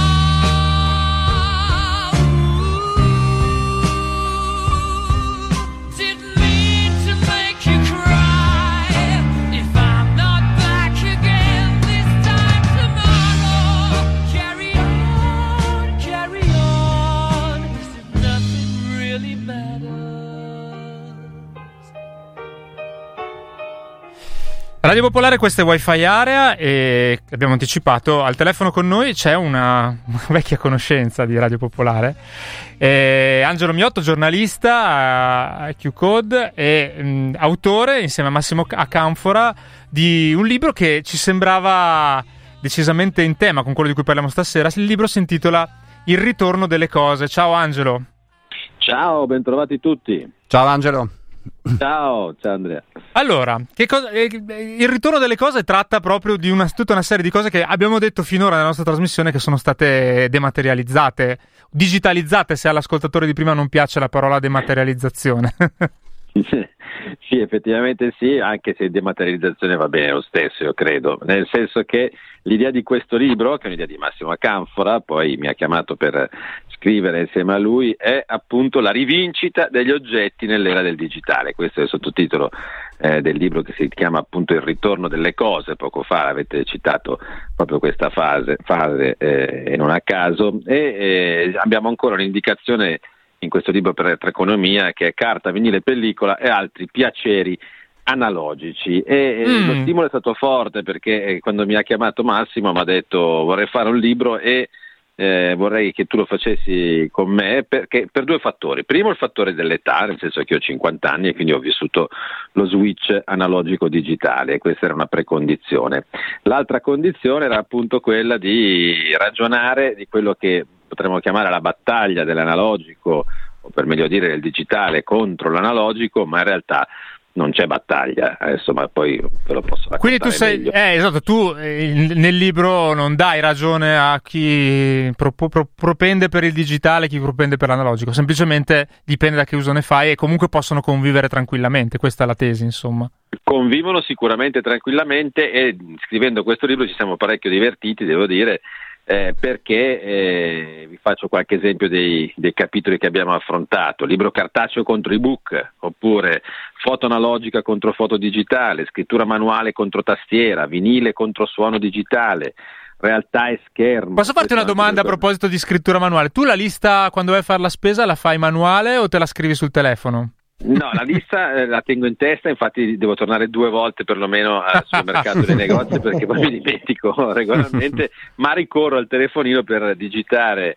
didn't mean to make you cry. If I'm not back again this time tomorrow, carry on, carry on, as if nothing really matters. Radio Popolare, questa è Wi-Fi Area e abbiamo anticipato, al telefono con noi c'è una, una vecchia conoscenza di Radio Popolare, eh, Angelo Miotto, giornalista a Q-Code e mh, autore insieme a Massimo Acanfora di un libro che ci sembrava decisamente in tema con quello di cui parliamo stasera. Il libro si intitola Il ritorno delle cose. Ciao Angelo. Ciao, bentrovati tutti. Ciao Angelo. Ciao, ciao Andrea. Allora, che cosa, eh, il ritorno delle cose tratta proprio di una, tutta una serie di cose che abbiamo detto finora nella nostra trasmissione che sono state dematerializzate, digitalizzate, se all'ascoltatore di prima non piace la parola dematerializzazione. Sì, effettivamente sì, anche se dematerializzazione va bene lo stesso, io credo, nel senso che l'idea di questo libro, che è un'idea di Massimo Acanfora, poi mi ha chiamato per scrivere insieme a lui, è appunto la rivincita degli oggetti nell'era del digitale. Questo è il sottotitolo eh, del libro, che si chiama appunto Il ritorno delle cose. Poco fa avete citato proprio questa fase, fase eh, e non a caso, e eh, abbiamo ancora un'indicazione in questo libro per l'economia, che è carta, vinile, pellicola e altri piaceri analogici, e mm. lo stimolo è stato forte, perché quando mi ha chiamato Massimo mi ha detto: vorrei fare un libro e eh, vorrei che tu lo facessi con me, perché per due fattori. Primo, il fattore dell'età, nel senso che ho cinquanta anni e quindi ho vissuto lo switch analogico digitale, e questa era una precondizione. L'altra condizione era appunto quella di ragionare di quello che potremmo chiamare la battaglia dell'analogico, o per meglio dire del digitale contro l'analogico, ma in realtà non c'è battaglia, insomma, poi ve lo posso raccontare. Quindi tu sei, meglio. eh, esatto, tu eh, nel libro non dai ragione a chi pro, pro, propende per il digitale, chi propende per l'analogico, semplicemente dipende da che uso ne fai, e comunque possono convivere tranquillamente, questa è la tesi, insomma. Convivono sicuramente tranquillamente, e scrivendo questo libro ci siamo parecchio divertiti, devo dire, eh, perché eh, vi faccio qualche esempio dei, dei capitoli che abbiamo affrontato: libro cartaceo contro ebook, oppure foto analogica contro foto digitale, scrittura manuale contro tastiera, vinile contro suono digitale, realtà e schermo. Posso farti una domanda a proposito di scrittura manuale? Tu la lista quando vai a fare la spesa la fai manuale o te la scrivi sul telefono? No, la lista eh, la tengo in testa, infatti devo tornare due volte perlomeno al supermercato dei negozi, perché poi mi dimentico regolarmente, ma ricorro al telefonino per digitare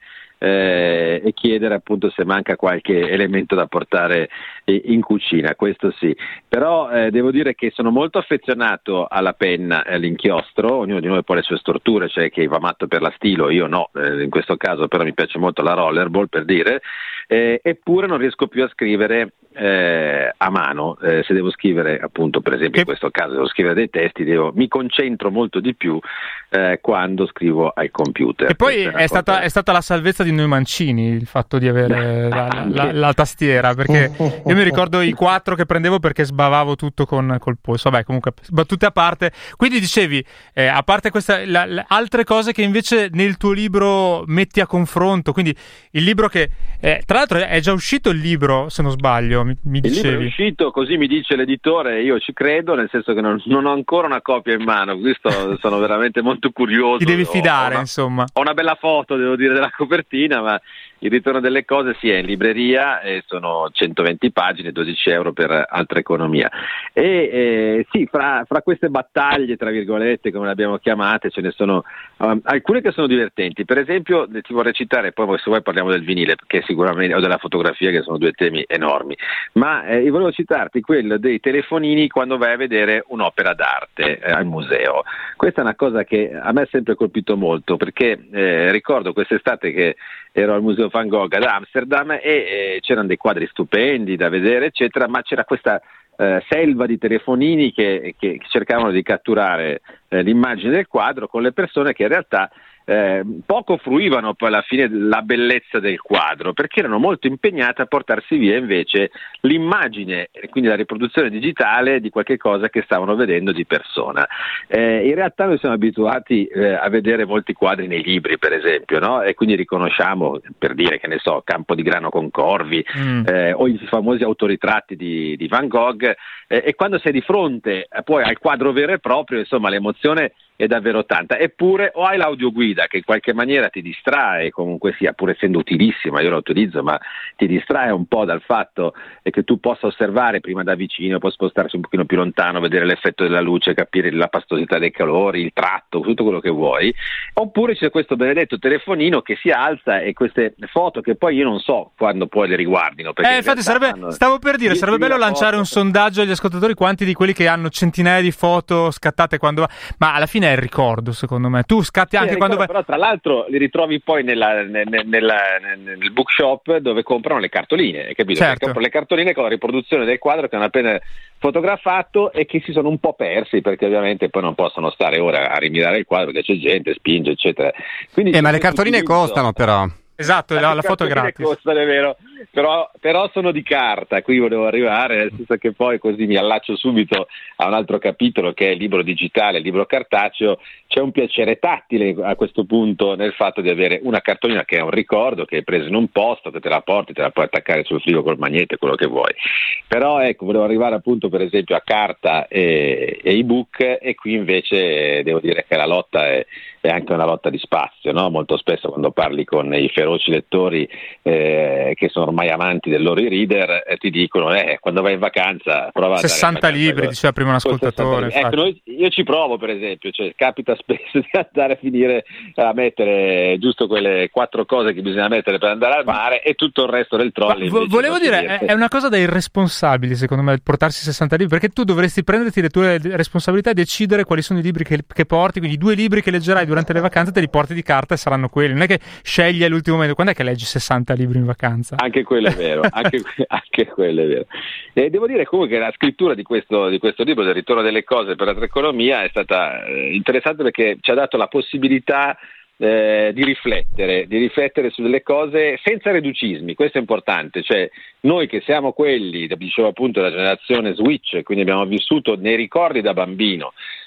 eh, e chiedere appunto se manca qualche elemento da portare eh, in cucina, questo sì. Però eh, devo dire che sono molto affezionato alla penna e all'inchiostro, ognuno di noi poi ha le sue storture, c'è chi va matto per la stilo, io no, eh, in questo caso però mi piace molto la rollerball, per dire, eh, eppure non riesco più a scrivere Eh, a mano, eh, se devo scrivere appunto, per esempio in questo caso devo scrivere dei testi, devo, mi concentro molto di più eh, quando scrivo al computer. E poi è, è stata, è stata la salvezza di noi mancini il fatto di avere la, la, la tastiera, perché io mi ricordo i quattro che prendevo perché sbavavo tutto con col polso. Vabbè, comunque battute a parte. Quindi dicevi, eh, a parte queste la, la, altre cose che invece nel tuo libro metti a confronto, quindi il libro che eh, tra l'altro è già uscito il libro, se non sbaglio. Mi, mi il dicevi. libro è uscito, così mi dice l'editore, io ci credo, nel senso che non, non ho ancora una copia in mano, questo sono veramente molto curioso. Ti devi fidare, ho una, insomma. Ho una bella foto, devo dire, della copertina, ma il ritorno delle cose sì, è in libreria e sono centoventi pagine, dodici euro per Altra Economia. E eh, sì, fra, fra queste battaglie, tra virgolette, come le abbiamo chiamate, ce ne sono um, alcune che sono divertenti. Per esempio, ti vorrei citare, poi se vuoi parliamo del vinile, perché sicuramente, o della fotografia, che sono due temi enormi. Ma eh, io volevo citarti quello dei telefonini quando vai a vedere un'opera d'arte eh, al museo. Questa è una cosa che a me ha sempre colpito molto, perché eh, ricordo quest'estate che ero al Museo Van Gogh ad Amsterdam e eh, c'erano dei quadri stupendi da vedere, eccetera, ma c'era questa eh, selva di telefonini che, che cercavano di catturare eh, l'immagine del quadro con le persone che in realtà Eh, poco fruivano poi alla fine la bellezza del quadro, perché erano molto impegnate a portarsi via invece l'immagine e quindi la riproduzione digitale di qualche cosa che stavano vedendo di persona. Eh, in realtà noi siamo abituati eh, a vedere molti quadri nei libri, per esempio, no? E quindi riconosciamo, per dire, che ne so, Campo di grano con corvi mm. eh, o i famosi autoritratti di, di Van Gogh, eh, e quando sei di fronte eh, poi al quadro vero e proprio, insomma, l'emozione è davvero tanta. Eppure o hai l'audioguida che in qualche maniera ti distrae, comunque sia, pur essendo utilissima, io la utilizzo, ma ti distrae un po' dal fatto che tu possa osservare prima da vicino, puoi spostarsi un pochino più lontano, vedere l'effetto della luce, capire la pastosità dei colori, il tratto, tutto quello che vuoi. Oppure c'è questo benedetto telefonino che si alza e queste foto che poi io non so quando poi le riguardino. Eh, in infatti sarebbe, fanno... stavo per dire, sarebbe bello lanciare foto. Un sondaggio agli ascoltatori, quanti di quelli che hanno centinaia di foto scattate quando va... Ma alla fine è il ricordo, secondo me. Tu scatti anche sì, quando ricordo, vai... Però tra l'altro li ritrovi poi nella, nella, nella, nel bookshop dove comprano le cartoline, capito? Certo. Comprano le cartoline con la riproduzione del quadro che hanno appena fotografato e che si sono un po' persi, perché ovviamente poi non possono stare ora a rimirare il quadro, che c'è gente, spinge, eccetera. Quindi eh, ma le cartoline utilizzo... costano però. Esatto, la, la foto è gratis. Costano, è vero, però, però sono di carta, qui volevo arrivare, nel senso che poi così mi allaccio subito a un altro capitolo che è il libro digitale, il libro cartaceo. C'è un piacere tattile a questo punto nel fatto di avere una cartolina che è un ricordo, che è preso in un posto, che te la porti, te la puoi attaccare sul frigo col magnete, quello che vuoi. Però ecco, volevo arrivare appunto per esempio a carta e, e ebook, e qui invece devo dire che la lotta è, è anche una lotta di spazio, no? Molto spesso quando parli con i feroci lettori eh, che sono ormai amanti del loro e-reader eh, ti dicono eh, quando vai in vacanza prova a sessanta libri, con... diceva prima un ascoltatore. Ecco, noi, io ci provo per esempio, cioè capita spesso di andare a finire a mettere giusto quelle quattro cose che bisogna mettere per andare al mare e tutto il resto del trolley. Vo- volevo dire, è, è una cosa da irresponsabili secondo me portarsi sessanta libri, perché tu dovresti prenderti le tue responsabilità e decidere quali sono i libri che, che porti, quindi i due libri che leggerai durante le vacanze te li porti di carta e saranno quelli, non è che scegli all'ultimo momento. Quando è che leggi sessanta libri in vacanza? Anche quello è vero, anche, anche quello è vero. E devo dire comunque che la scrittura di questo, di questo libro, del ritorno delle cose per Altra Economia, è stata eh, interessante perché ci ha dato la possibilità eh, di riflettere, di riflettere su delle cose senza reducismi. Questo è importante, cioè noi che siamo quelli, dicevo appunto, della generazione Switch, quindi abbiamo vissuto nei ricordi da bambino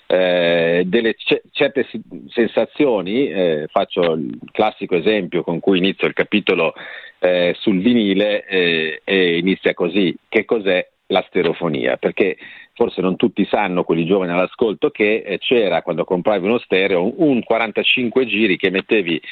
eh, delle c- certe si- sensazioni. Eh, faccio il classico esempio con cui inizio il capitolo eh, sul vinile eh, e inizia così: che cos'è la stereofonia? Perché forse non tutti sanno, quelli giovani all'ascolto, che eh, c'era, quando compravi uno stereo, un, un quarantacinque giri che mettevi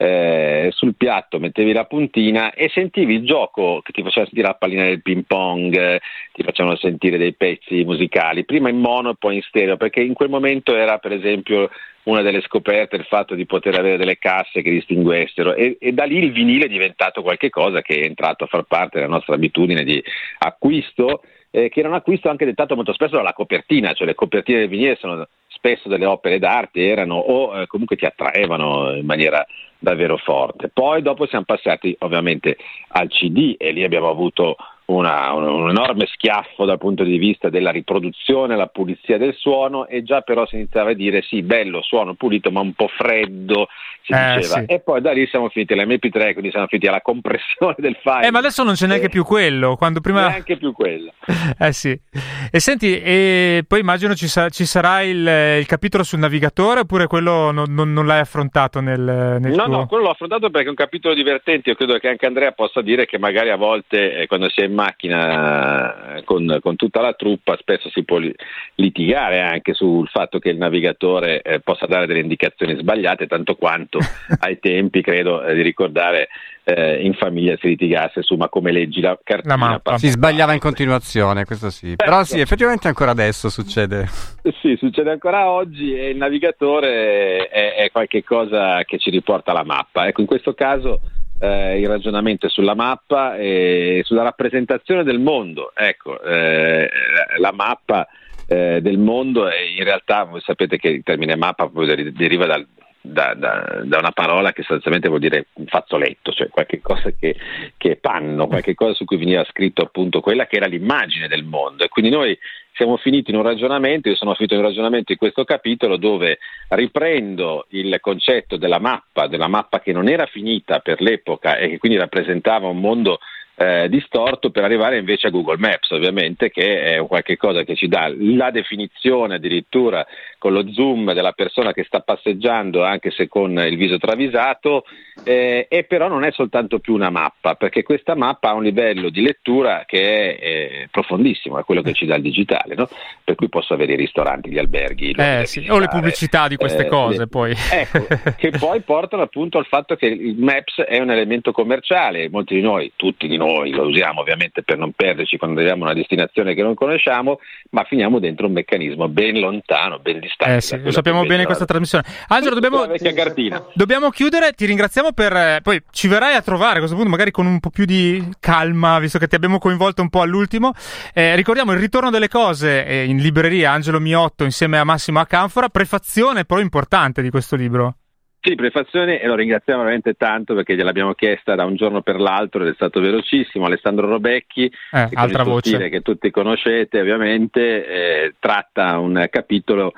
eh, sul piatto, mettevi la puntina e sentivi il gioco che ti faceva sentire la pallina del ping pong, eh, ti facevano sentire dei pezzi musicali, prima in mono e poi in stereo, perché in quel momento era, per esempio, una delle scoperte il fatto di poter avere delle casse che distinguessero, e, e da lì il vinile è diventato qualche cosa che è entrato a far parte della nostra abitudine di acquisto, eh, che era un acquisto anche dettato molto spesso dalla copertina, cioè le copertine del vinile sono spesso delle opere d'arte, erano o eh, comunque ti attraevano in maniera davvero forte. Poi dopo siamo passati ovviamente al C D e lì abbiamo avuto una, un, un enorme schiaffo dal punto di vista della riproduzione, la pulizia del suono, e già però si iniziava a dire sì, bello, suono pulito ma un po' freddo, si Eh, diceva, sì. e poi da lì siamo finiti all'M P tre, quindi siamo finiti alla compressione del file. Eh, ma adesso non c'è neanche più quello, quando prima... Neanche più quello. Eh sì. E senti, e poi immagino ci, sa- ci sarà il, il capitolo sul navigatore, oppure quello non, non- non l'hai affrontato nel, nel No, tuo... no, quello l'ho affrontato perché è un capitolo divertente. Io credo che anche Andrea possa dire che magari a volte eh, quando si è in macchina eh, con, con tutta la truppa spesso si può li- litigare anche sul fatto che il navigatore eh, possa dare delle indicazioni sbagliate, tanto quanto ai tempi, credo eh, di ricordare, eh, in famiglia si litigasse su ma come leggi la cartina. La mappa. Si sbagliava in continuazione, questo sì. Però sì, effettivamente ancora adesso succede. Sì, succede ancora oggi, e il navigatore è, è qualche cosa che ci riporta alla mappa. Ecco, in questo caso eh, il ragionamento è sulla mappa e sulla rappresentazione del mondo. Ecco, eh, la mappa eh, del mondo, e in realtà voi sapete che il termine mappa poi deri- deriva dal Da, da, da una parola che sostanzialmente vuol dire un fazzoletto, cioè qualche cosa che, che è panno, qualche cosa su cui veniva scritto appunto quella che era l'immagine del mondo. E quindi noi siamo finiti in un ragionamento, io sono finito in un ragionamento in questo capitolo dove riprendo il concetto della mappa, della mappa che non era finita per l'epoca e che quindi rappresentava un mondo Eh, distorto, per arrivare invece a Google Maps, ovviamente, che è qualche cosa che ci dà la definizione addirittura con lo zoom della persona che sta passeggiando, anche se con il viso travisato, eh, e però non è soltanto più una mappa, perché questa mappa ha un livello di lettura che è eh, profondissimo, è quello che ci dà il digitale, no? Per cui posso avere i ristoranti, gli alberghi, i luoghi Eh da sì, visitare, o le pubblicità di queste eh, cose, le- poi. Ecco, che poi portano appunto al fatto che il Maps è un elemento commerciale. Molti di noi, tutti di noi lo usiamo ovviamente per non perderci quando arriviamo a una destinazione che non conosciamo, ma finiamo dentro un meccanismo ben lontano, ben distante. Eh sì, da lo quello sappiamo che bene in invece questa trasmissione. Angelo, dobbiamo, la vecchia cartina. dobbiamo chiudere, ti ringraziamo per... eh, poi ci verrai a trovare a questo punto, magari con un po' più di calma, visto che ti abbiamo coinvolto un po' all'ultimo. Eh, ricordiamo il ritorno delle cose eh, in libreria, Angelo Miotto insieme a Massimo Acanfora, prefazione però importante di questo libro. Sì, prefazione, e lo ringraziamo veramente tanto perché gliel'abbiamo chiesta da un giorno per l'altro ed è stato velocissimo. Alessandro Robecchi, Eh, che con altra il suo voce. stile che tutti conoscete ovviamente, eh, tratta un capitolo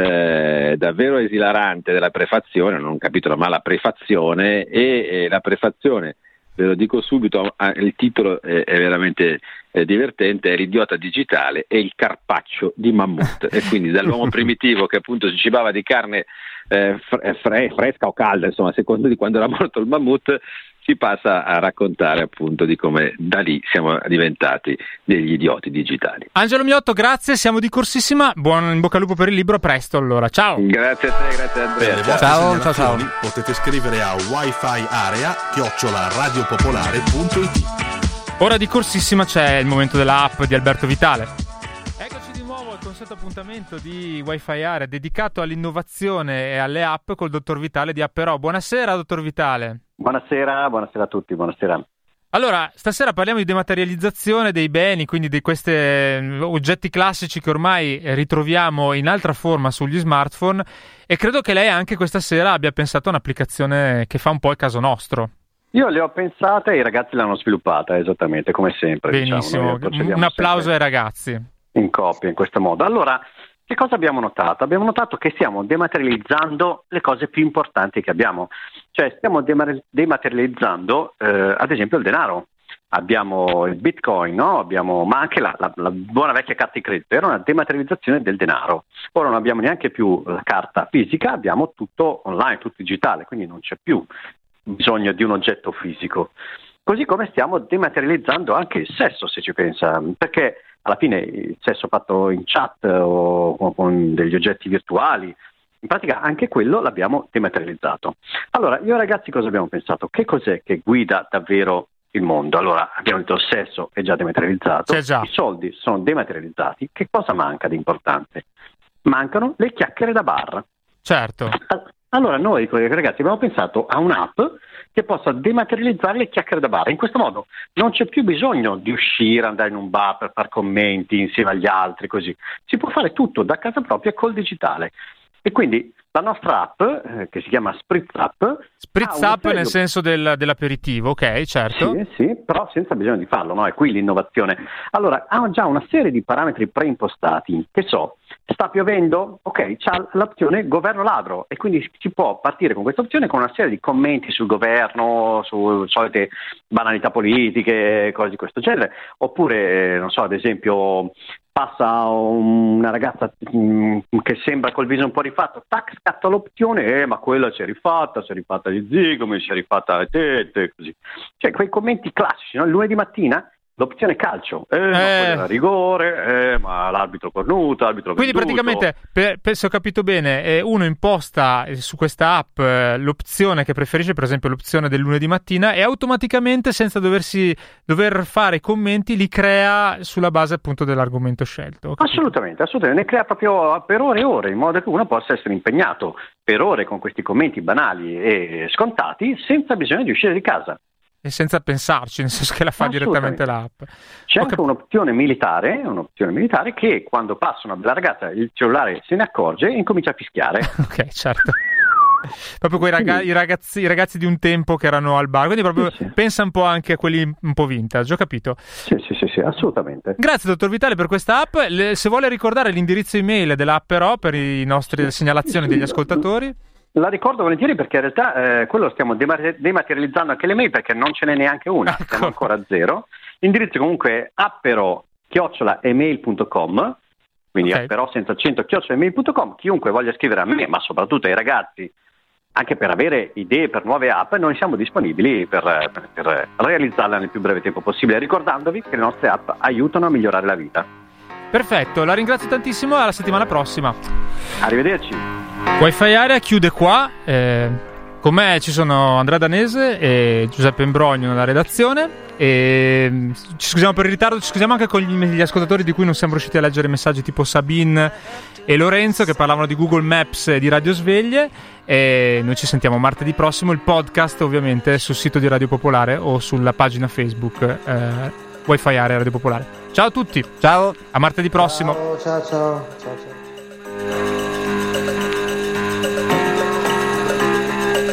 eh, davvero esilarante della prefazione, non un capitolo ma la prefazione, e eh, la prefazione, ve lo dico subito, ah, il titolo è, è veramente eh, divertente, è L'idiota digitale e il carpaccio di mammut, e quindi dall'uomo primitivo che appunto si cibava di carne eh, fre- fre- fresca o calda, insomma, a seconda di quando era morto il mammut, si passa a raccontare appunto di come da lì siamo diventati degli idioti digitali. Angelo Miotto, grazie, siamo di corsissima, buon in bocca al lupo per il libro, a presto allora, ciao! Grazie a te, grazie a Per le Andrea. vostre segnalazioni potete scrivere a wifi area chiocciola radiopopolare punto it. Ora di corsissima c'è il momento della app di Alberto Vitale. Eccoci di nuovo al consueto appuntamento di Wi-Fi Area dedicato all'innovazione e alle app col dottor Vitale di Apperò. Buonasera dottor Vitale. Buonasera, buonasera a tutti, buonasera. Allora, stasera parliamo di dematerializzazione dei beni, quindi di questi oggetti classici che ormai ritroviamo in altra forma sugli smartphone, e credo che lei anche questa sera abbia pensato a un'applicazione che fa un po' il caso nostro. Io le ho pensate e i ragazzi l'hanno sviluppata, esattamente come sempre. Benissimo, diciamo. Noi un applauso sempre ai ragazzi. in coppia in questo modo. Allora, che cosa abbiamo notato? Abbiamo notato che stiamo dematerializzando le cose più importanti che abbiamo, cioè stiamo dema- dematerializzando eh, ad esempio il denaro. abbiamo il Bitcoin, no? Abbiamo, ma anche la, la, la buona vecchia carta di credito, era una dematerializzazione del denaro. Ora non abbiamo neanche più la carta fisica, abbiamo tutto online, tutto digitale, quindi non c'è più bisogno di un oggetto fisico. Così come stiamo dematerializzando anche il sesso, se ci pensa, perché alla fine il sesso fatto in chat o con degli oggetti virtuali, in pratica anche quello l'abbiamo dematerializzato. Allora, io ragazzi cosa abbiamo pensato? Che cos'è che guida davvero il mondo? Allora, abbiamo detto il sesso è già dematerializzato, C'è già. i soldi sono dematerializzati, che cosa manca di importante? Mancano le chiacchiere da bar. Certo. Allora noi ragazzi abbiamo pensato a un'app che possa dematerializzare le chiacchiere da bar. In questo modo non c'è più bisogno di uscire, andare in un bar per fare commenti insieme agli altri, così. Si può fare tutto da casa propria col digitale. E quindi la nostra app, eh, che si chiama Spritz App... Spritz App nel senso del, dell'aperitivo, ok, certo. Sì, sì, però senza bisogno di farlo, no? È qui l'innovazione. Allora, ha già una serie di parametri preimpostati, che so, sta piovendo? Ok, c'ha l'opzione governo ladro e quindi si può partire con questa opzione con una serie di commenti sul governo, su solite banalità politiche, cose di questo genere. Oppure, non so, ad esempio... passa una ragazza mh, che sembra col viso un po' rifatto, tac, scatta l'opzione, eh, ma quella si è rifatta, si è rifatta gli zigomi, si è rifatta le tette, così. Cioè quei commenti classici, no? Il lunedì mattina l'opzione calcio, eh, ma quello era rigore, eh, ma l'arbitro cornuto, l'arbitro Quindi venduto. praticamente, per, per, se ho capito bene, eh, uno imposta eh, su questa app eh, l'opzione che preferisce, per esempio l'opzione del lunedì mattina, e automaticamente, senza doversi dover fare commenti, li crea sulla base appunto dell'argomento scelto. Assolutamente, assolutamente, ne crea proprio per ore e ore, in modo che uno possa essere impegnato per ore con questi commenti banali e scontati senza bisogno di uscire di casa. E senza pensarci, nel senso che la fa direttamente l'app. C'è anche un'opzione militare, un'opzione militare che quando passa una bella ragazza il cellulare se ne accorge e incomincia a fischiare. Ok, certo. Proprio quei raga- i, ragazzi, i ragazzi di un tempo che erano al bar, quindi proprio sì, sì. Pensa un po' anche a quelli un po' vintage, ho capito? Sì, sì, sì, sì, assolutamente. Grazie dottor Vitale per questa app. Le, se vuole ricordare l'indirizzo email dell'app però per i nostri sì, segnalazioni sì, degli ascoltatori. La ricordo volentieri perché in realtà eh, quello stiamo demater- dematerializzando anche le mail perché non ce n'è neanche una, ecco. Siamo ancora a zero. L'indirizzo comunque è appero chiocciola email punto com, quindi okay. Appero senza accento chiocciola email punto com. Chiunque voglia scrivere a me, ma soprattutto ai ragazzi, anche per avere idee per nuove app, noi siamo disponibili per, per, per realizzarla nel più breve tempo possibile, ricordandovi che le nostre app aiutano a migliorare la vita. Perfetto, la ringrazio tantissimo, alla settimana prossima. Arrivederci. Wi-Fi Area chiude qua, eh, con me ci sono Andrea Danese e Giuseppe Imbrogno nella redazione e ci scusiamo per il ritardo, ci scusiamo anche con gli, gli ascoltatori di cui non siamo riusciti a leggere messaggi tipo Sabine e Lorenzo che parlavano di Google Maps e di Radio Sveglie, e noi ci sentiamo martedì prossimo, il podcast ovviamente sul sito di Radio Popolare o sulla pagina Facebook eh, Wi-Fi Area Radio Popolare. Ciao a tutti, ciao, a martedì prossimo. Ciao, ciao, ciao, ciao.